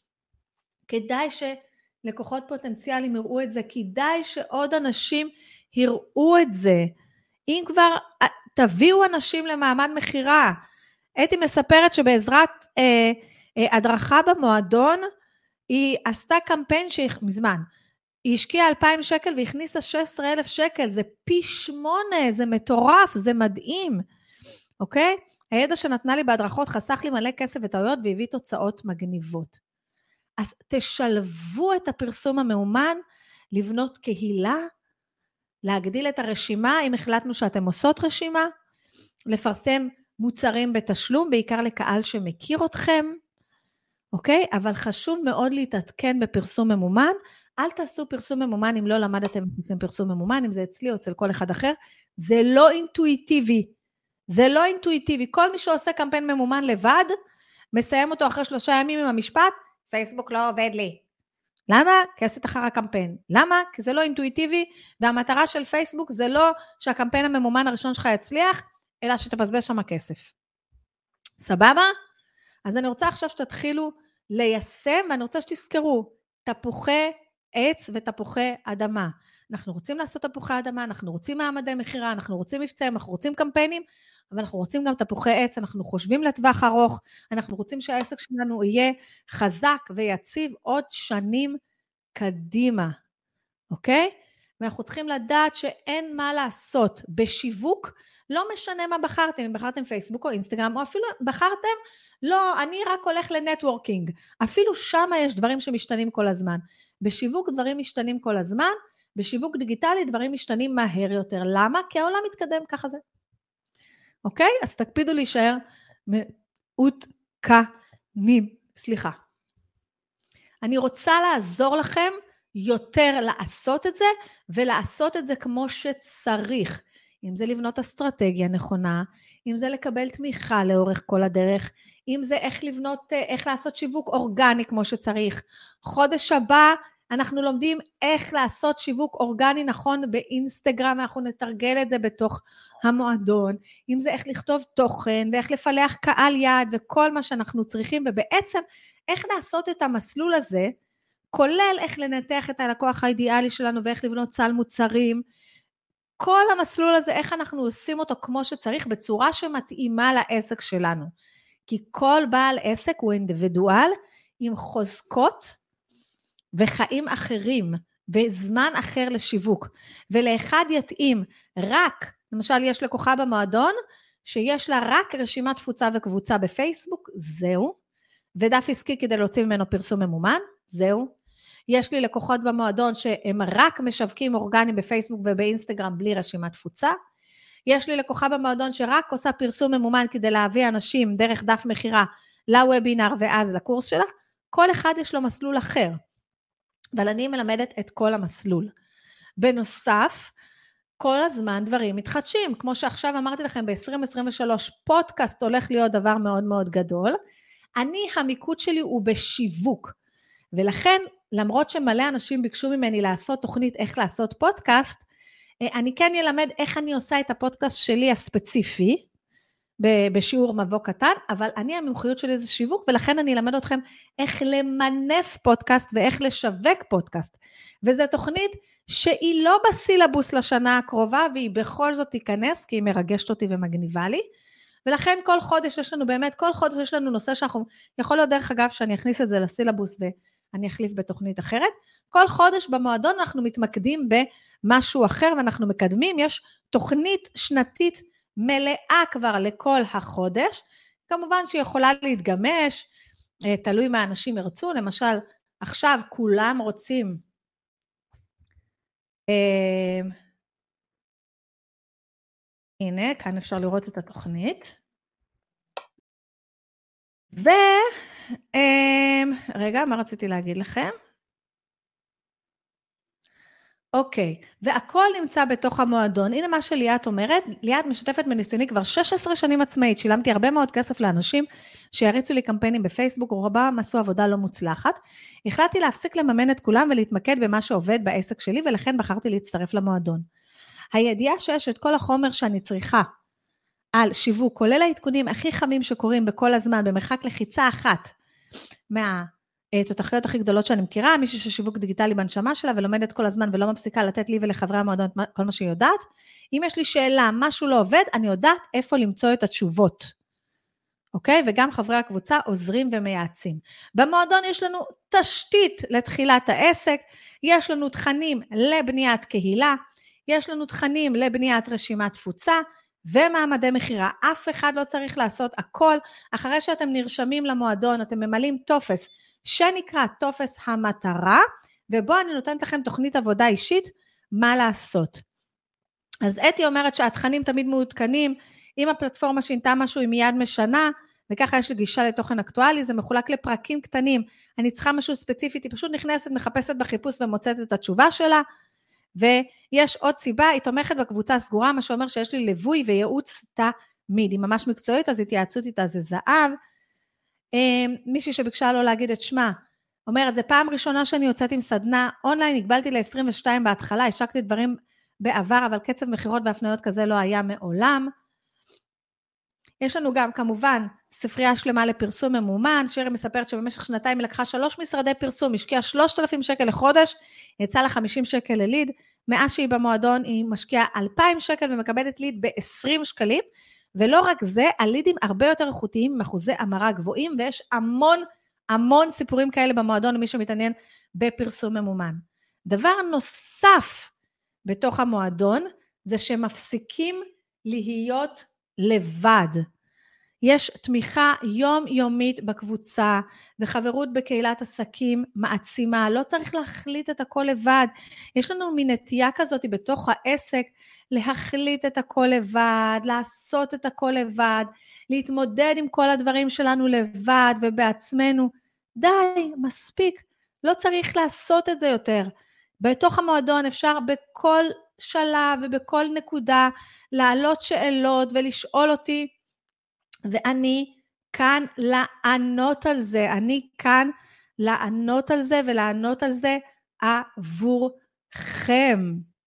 כדאי שלקוחות פוטנציאליים יראו את זה, כדאי שעוד אנשים יראו את זה, אם כבר תביאו אנשים למעמד מחירה, הייתי מספרת שבעזרת הדרכה במועדון, היא עשתה קמפיין מזמן, היא השקיעה 2,000 שקל והכניסה 16,000 שקל, זה פי 8, זה מטורף, זה מדהים, אוקיי? הידע שנתנה לי בהדרכות חסך לי מלא כסף וטעויות והביא תוצאות מגניבות. אז תשלבו את הפרסום המאומן, לבנות קהילה, להגדיל את הרשימה, אם החלטנו שאתם עושות רשימה, לפרסם מוצרים בתשלום, בעיקר לקהל שמכיר אתכם, אוקיי? אבל חשוב מאוד להתעדכן בפרסום ממומן, אל תעשו פרסום ממומן אם לא למדתם עושים פרסום ממומן, אם זה אצלי או אצל כל אחד אחר, זה לא אינטואיטיבי, זה לא אינטואיטיבי, כל מי שעושה קמפיין ממומן לבד, מסיים אותו אחרי 3 ימים עם המשפט, פייסבוק לא עובד לי. למה? כי עשית אחר הקמפיין. למה? כי זה לא אינטואיטיבי, והמטרה של פייסבוק זה לא שהקמפיין הממומן הראשון שלך יצליח, אלא שתבזבז שם כסף. סבבה? אז אני רוצה עכשיו שתתחילו ליישם, ואני רוצה שתזכרו, תפוחי עץ ותפוחי אדמה. אנחנו רוצים לעשות תפוחי אדמה, אנחנו רוצים מעמדי מחירה, אנחנו רוצים מבצעים, אנחנו רוצים קמפיינים, אבל אנחנו רוצים גם תפוחי עץ, אנחנו חושבים לטווח ארוך, אנחנו רוצים שהעסק שלנו יהיה חזק ויציב עוד שנים קדימה, אוקיי? ואנחנו צריכים לדעת שאין מה לעשות בשיווק, לא משנה מה בחרתם, אם בחרתם פייסבוק או אינסטגרם, או אפילו בחרתם, לא, אני רק הולך לנטוורקינג, אפילו שם יש דברים שמשתנים כל הזמן, בשיווק דברים משתנים כל הזמן, בשיווק דיגיטלי דברים משתנים מהר יותר, למה? כי העולם מתקדם ככה זה, אוקיי? אז תקפידו להישאר מעודכנים, סליחה. אני רוצה לעזור לכם יותר לעשות את זה, ולעשות את זה כמו שצריך. אם זה לבנות אסטרטגיה נכונה, אם זה לקבל תמיכה לאורך כל הדרך, אם זה איך לעשות שיווק אורגני כמו שצריך. חודש הבא אנחנו לומדים איך לעשות שיווק אורגני נכון באינסטגרם, אנחנו נתרגל את זה בתוך המועדון, אם זה איך לכתוב תוכן ואיך לפלח קהל יעד וכל מה שאנחנו צריכים, ובעצם איך לעשות את המסלול הזה, כולל איך לנתח את הלקוח האידיאלי שלנו ואיך לבנות סל מוצרים, כל המסלול הזה, איך אנחנו עושים אותו כמו שצריך, בצורה שמתאימה לעסק שלנו. כי כל בעל עסק הוא אינדיבידואל, עם חוזקות וחיים אחרים, וזמן אחר לשיווק. ולאחד יתאים רק, למשל יש לקוחה במועדון, שיש לה רק רשימת תפוצה וקבוצה בפייסבוק, זהו. ודף עסקי כדי להוציא ממנו פרסום ממומן, זהו. יש לי לקוחות במועדון שהם רק משווקים אורגנים בפייסבוק ובאינסטגרם בלי רשימת תפוצה. יש לי לקוחה במועדון שרק עושה פרסום ממומן כדי להביא אנשים דרך דף מחירה לוובינר ואז לקורס שלה. כל אחד יש לו מסלול אחר, אבל אני מלמדת את כל המסלול. בנוסף, כל הזמן דברים מתחדשים, כמו שעכשיו אמרתי לכם ב-2023 פודקאסט הולך להיות דבר מאוד מאוד גדול. המיקוד שלי הוא בשיווק, ולכן למרות שמלא אנשים ביקשו ממני לעשות תוכנית איך לעשות פודקאסט, אני כן ילמד איך אני עושה את הפודקאסט שלי הספציפי, בשיעור מבוא קטן, אבל המומחיות שלי זה שיווק, ולכן אני אלמד אתכם איך למנף פודקאסט ואיך לשווק פודקאסט. וזו תוכנית שהיא לא בסילבוס לשנה הקרובה, והיא בכל זאת תיכנס, כי היא מרגשת אותי ומגניבה לי, ולכן כל חודש יש לנו נושא שאנחנו, יכול להיות דרך אגב שאני אכניס את זה לסילבוס ואני אחליף בתוכנית אחרת, כל חודש במועדון אנחנו מתמקדים במשהו אחר ואנחנו מקדמים, יש תוכנית שנתית מלאה כבר לכל החודש, כמובן שהיא יכולה להתגמש, תלוי מה אנשים ירצו, למשל עכשיו כולם רוצים, הנה, כאן אפשר לראות את התוכנית. רגע, מה רציתי להגיד לכם? אוקיי, והכל נמצא בתוך המועדון. הנה מה שליאת אומרת, ליאת משתפת מניסיוני כבר 16 שנים עצמאית, שילמתי הרבה מאוד כסף לאנשים שיריצו לי קמפיינים בפייסבוק, רובם עשו עבודה לא מוצלחת. החלטתי להפסיק לממן את כולם ולהתמקד במה שעובד בעסק שלי, ולכן בחרתי להצטרף למועדון. הידיעה שיש את כל החומר שאני צריכה על שיווק, כולל העדכונים הכי חמים שקורים בכל הזמן, במרחק לחיצה אחת מהתותחיות הכי גדולות שאני מכירה, מישהו ששיווק דיגיטלי בנשמה שלה ולומדת כל הזמן ולא מפסיקה לתת לי ולחברי המועדון כל מה שהיא יודעת. אם יש לי שאלה, משהו לא עובד, אני יודעת איפה למצוא את התשובות. אוקיי? וגם חברי הקבוצה עוזרים ומייעצים. במועדון יש לנו תשתית לתחילת העסק, יש לנו תכנים לבניית קהילה, יש לנו תכנים לבניית רשימת תפוצה, ומעמדי מחירה. אף אחד לא צריך לעשות הכל. אחרי שאתם נרשמים למועדון, אתם ממלאים טופס, שנקרא טופס המטרה, ובו אני נותנת לכם תוכנית עבודה אישית, מה לעשות. אז אתי אומרת שהתכנים תמיד מעודכנים, אם הפלטפורמה שינתה משהו היא מיד משנה, וככה יש לי גישה לתוכן אקטואלי, זה מחולק לפרקים קטנים, אני צריכה משהו ספציפי, היא פשוט נכנסת, מחפשת בחיפוש ומוצאת את התשובה שלה, ויש עוד סיבה, היא תומכת בקבוצה סגורה, מה שאומר שיש לי ליווי וייעוץ תמיד, היא ממש מקצועית, אז התייעצות איתה זה זהב. מישהי שביקשה לא להגיד את שמה, אומרת, זה פעם ראשונה שאני יוצאת עם סדנה אונליין, הגבלתי ל-22 בהתחלה, השקתי דברים בעבר, אבל קצב מחירות והפניות כזה לא היה מעולם. יש לנו גם כמובן ספרייה שלמה לפרסום ממומן, שירי מספרת שבמשך שנתיים היא לקחה 3 משרדי פרסום, השקיעה 3,000 שקל לחודש, יצא לה 50 שקל לליד, מאז שהיא במועדון היא משקיעה 2,000 שקל ומקבלת ליד ב-20 שקלים, ולא רק זה, הלידים הרבה יותר איכותיים עם אחוזי המרה גבוהים, ויש המון סיפורים כאלה במועדון למי שמתעניין בפרסום ממומן. דבר נוסף בתוך המועדון, זה שמפסיקים להיות לבד. יש תמיכה יומיומית בקבוצה, וחברות בקהילת עסקים מעצימה, לא צריך להחליט את הכל לבד, יש לנו מין נטייה כזאת בתוך העסק, להחליט את הכל לבד, לעשות את הכל לבד, להתמודד עם כל הדברים שלנו לבד ובעצמנו, די, מספיק, לא צריך לעשות את זה יותר, בתוך המועדון אפשר בכל שלב ובכל נקודה להעלות שאלות ולשאול אותי, ואני כאן לענות על זה, אני כאן לענות על זה ולענות על זה עבורכם.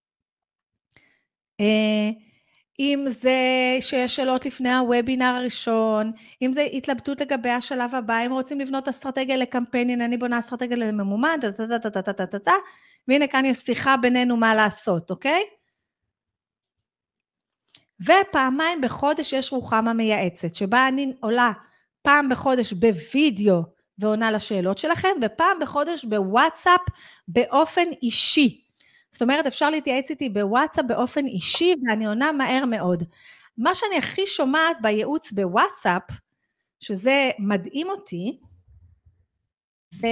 אם זה שיש שאלות לפני הוובינר הראשון, אם זה התלבטות לגבי השלב הבא, אם רוצים לבנות אסטרטגיה לקמפיין, אני בונה אסטרטגיה לממומן, והנה כאן יש שיחה בינינו מה לעשות, אוקיי? ופעמיים בחודש יש רוחמה מייעצת, שבה אני עולה פעם בחודש בווידאו ועונה לשאלות שלכם, ופעם בחודש בוואטסאפ באופן אישי. זאת אומרת, אפשר להתייעץ איתי בוואטסאפ באופן אישי, ואני עונה מהר מאוד. מה שאני הכי שומעת בייעוץ בוואטסאפ, שזה מדהים אותי, זה,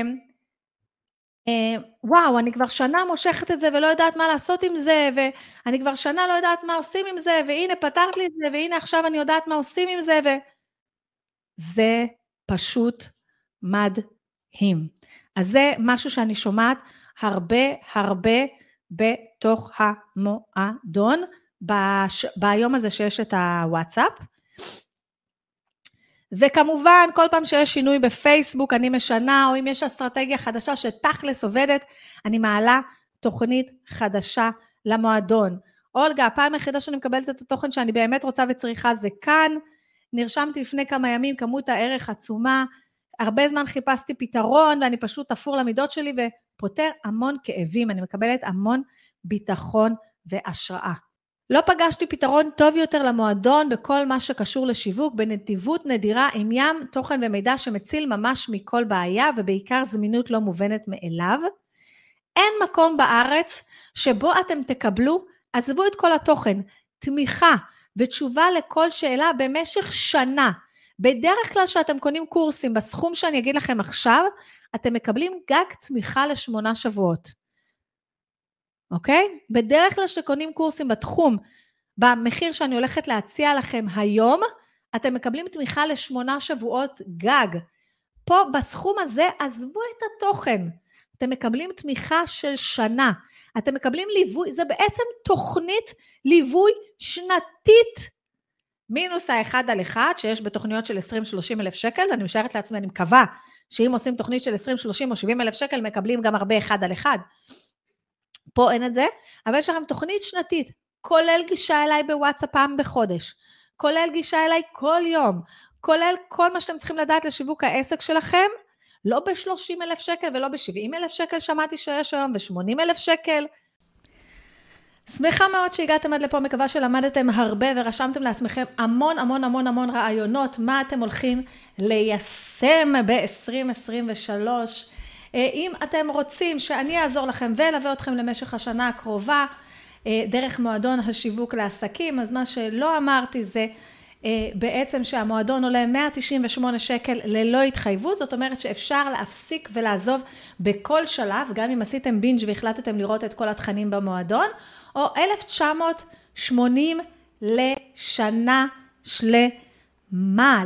וואו, אני כבר שנה מושכת את זה, ולא יודעת מה לעשות עם זה, ואני כבר שנה לא יודעת מה עושים עם זה, והנה פתרת לי את זה, והנה עכשיו אני יודעת מה עושים עם זה, זה פשוט מדהים. אז זה משהו שאני שומעת הרבה בתוך המועדון, ביום הזה שיש את הוואטסאפ. וכמובן, כל פעם שיש שינוי בפייסבוק, אני משנה, או אם יש אסטרטגיה חדשה שתכלס עובדת, אני מעלה תוכנית חדשה למועדון. אולגה, הפעם היחידה שאני מקבלת את התוכן שאני באמת רוצה וצריכה זה כאן, נרשמתי לפני כמה ימים, כמות הערך עצומה, הרבה זמן חיפשתי פתרון, ואני פשוט תפור למידות שלי, ופותר המון כאבים, אני מקבלת המון ביטחון והשראה. לא פגשתי פתרון טוב יותר למועדון, בכל מה שקשור לשיווק, בנתיבות נדירה עם ים, תוכן ומידע שמציל ממש מכל בעיה, ובעיקר זמינות לא מובנת מאליו. אין מקום בארץ שבו אתם תקבלו, עזבו את כל התוכן, תמיכה ותשובה לכל שאלה במשך שנה. בדרך כלל שאתם קונים קורסים בסכום שאני אגיד לכם עכשיו, אתם מקבלים גג תמיכה ל8 שבועות. אוקיי? בדרך כלל שקונים קורסים בתחום, במחיר שאני הולכת להציע לכם היום, אתם מקבלים תמיכה ל8 שבועות גג. פה בסכום הזה עזבו את התוכן. אתם מקבלים תמיכה של שנה. אתם מקבלים ליווי, זה בעצם תוכנית ליווי שנתית, מינוס ה1 על 1, שיש בתוכניות של 20-30 אלף שקל, אני משערת לעצמי, אני מקווה, שאם עושים תוכנית של 20-30 או 70 אלף שקל, מקבלים גם הרבה 1 על 1. פה אין את זה, אבל יש לכם תוכנית שנתית, כולל גישה אליי בוואטסאפ פעם בחודש, כולל גישה אליי כל יום, כולל כל מה שאתם צריכים לדעת לשיווק העסק שלכם, לא ב-30 אלף שקל ולא ב-70 אלף שקל, שמעתי שיש היום, ב-80 אלף שקל. שמחה מאוד שהגעתם עד לפה, מקווה שלמדתם הרבה ורשמתם לעצמכם המון רעיונות, מה אתם הולכים ליישם ב-2023. אם אתם רוצים שאני אעזור לכם ולווה אתכם למשך השנה הקרובה, דרך מועדון השיווק לעסקים, אז מה שלא אמרתי זה בעצם שהמועדון עולה 198 שקל ללא התחייבות, זאת אומרת שאפשר להפסיק ולעזוב בכל שלב, גם אם עשיתם בינג' והחלטתם לראות את כל התכנים במועדון, או 1,980 לשנה שלמה,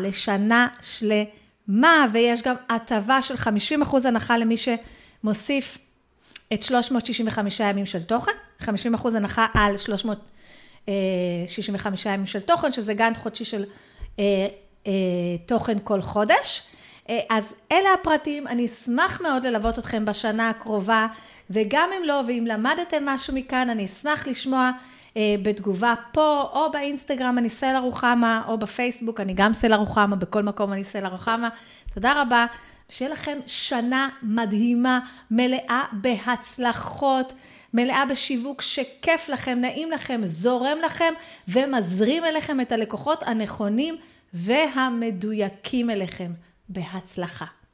ויש גם הטבה של 50% הנחה למי שמוסיף את 365 ימים של תוכן, 50% הנחה על 365 ימים של תוכן, שזה גאנט חודשי של תוכן כל חודש. אז אלה הפרטים, אני אשמח מאוד ללוות אתכם בשנה הקרובה, וגם אם לא, ואם למדתם משהו מכאן, אני אשמח לשמוע בתגובה פה, או באינסטגרם אני סלע רוחמה, או בפייסבוק אני גם סלע רוחמה, בכל מקום אני סלע רוחמה. תודה רבה, שיהיה לכם שנה מדהימה, מלאה בהצלחות, מלאה בשיווק שכיף לכם, נעים לכם, זורם לכם, ומזרים אליכם את הלקוחות הנכונים והמדויקים אליכם. בהצלחה.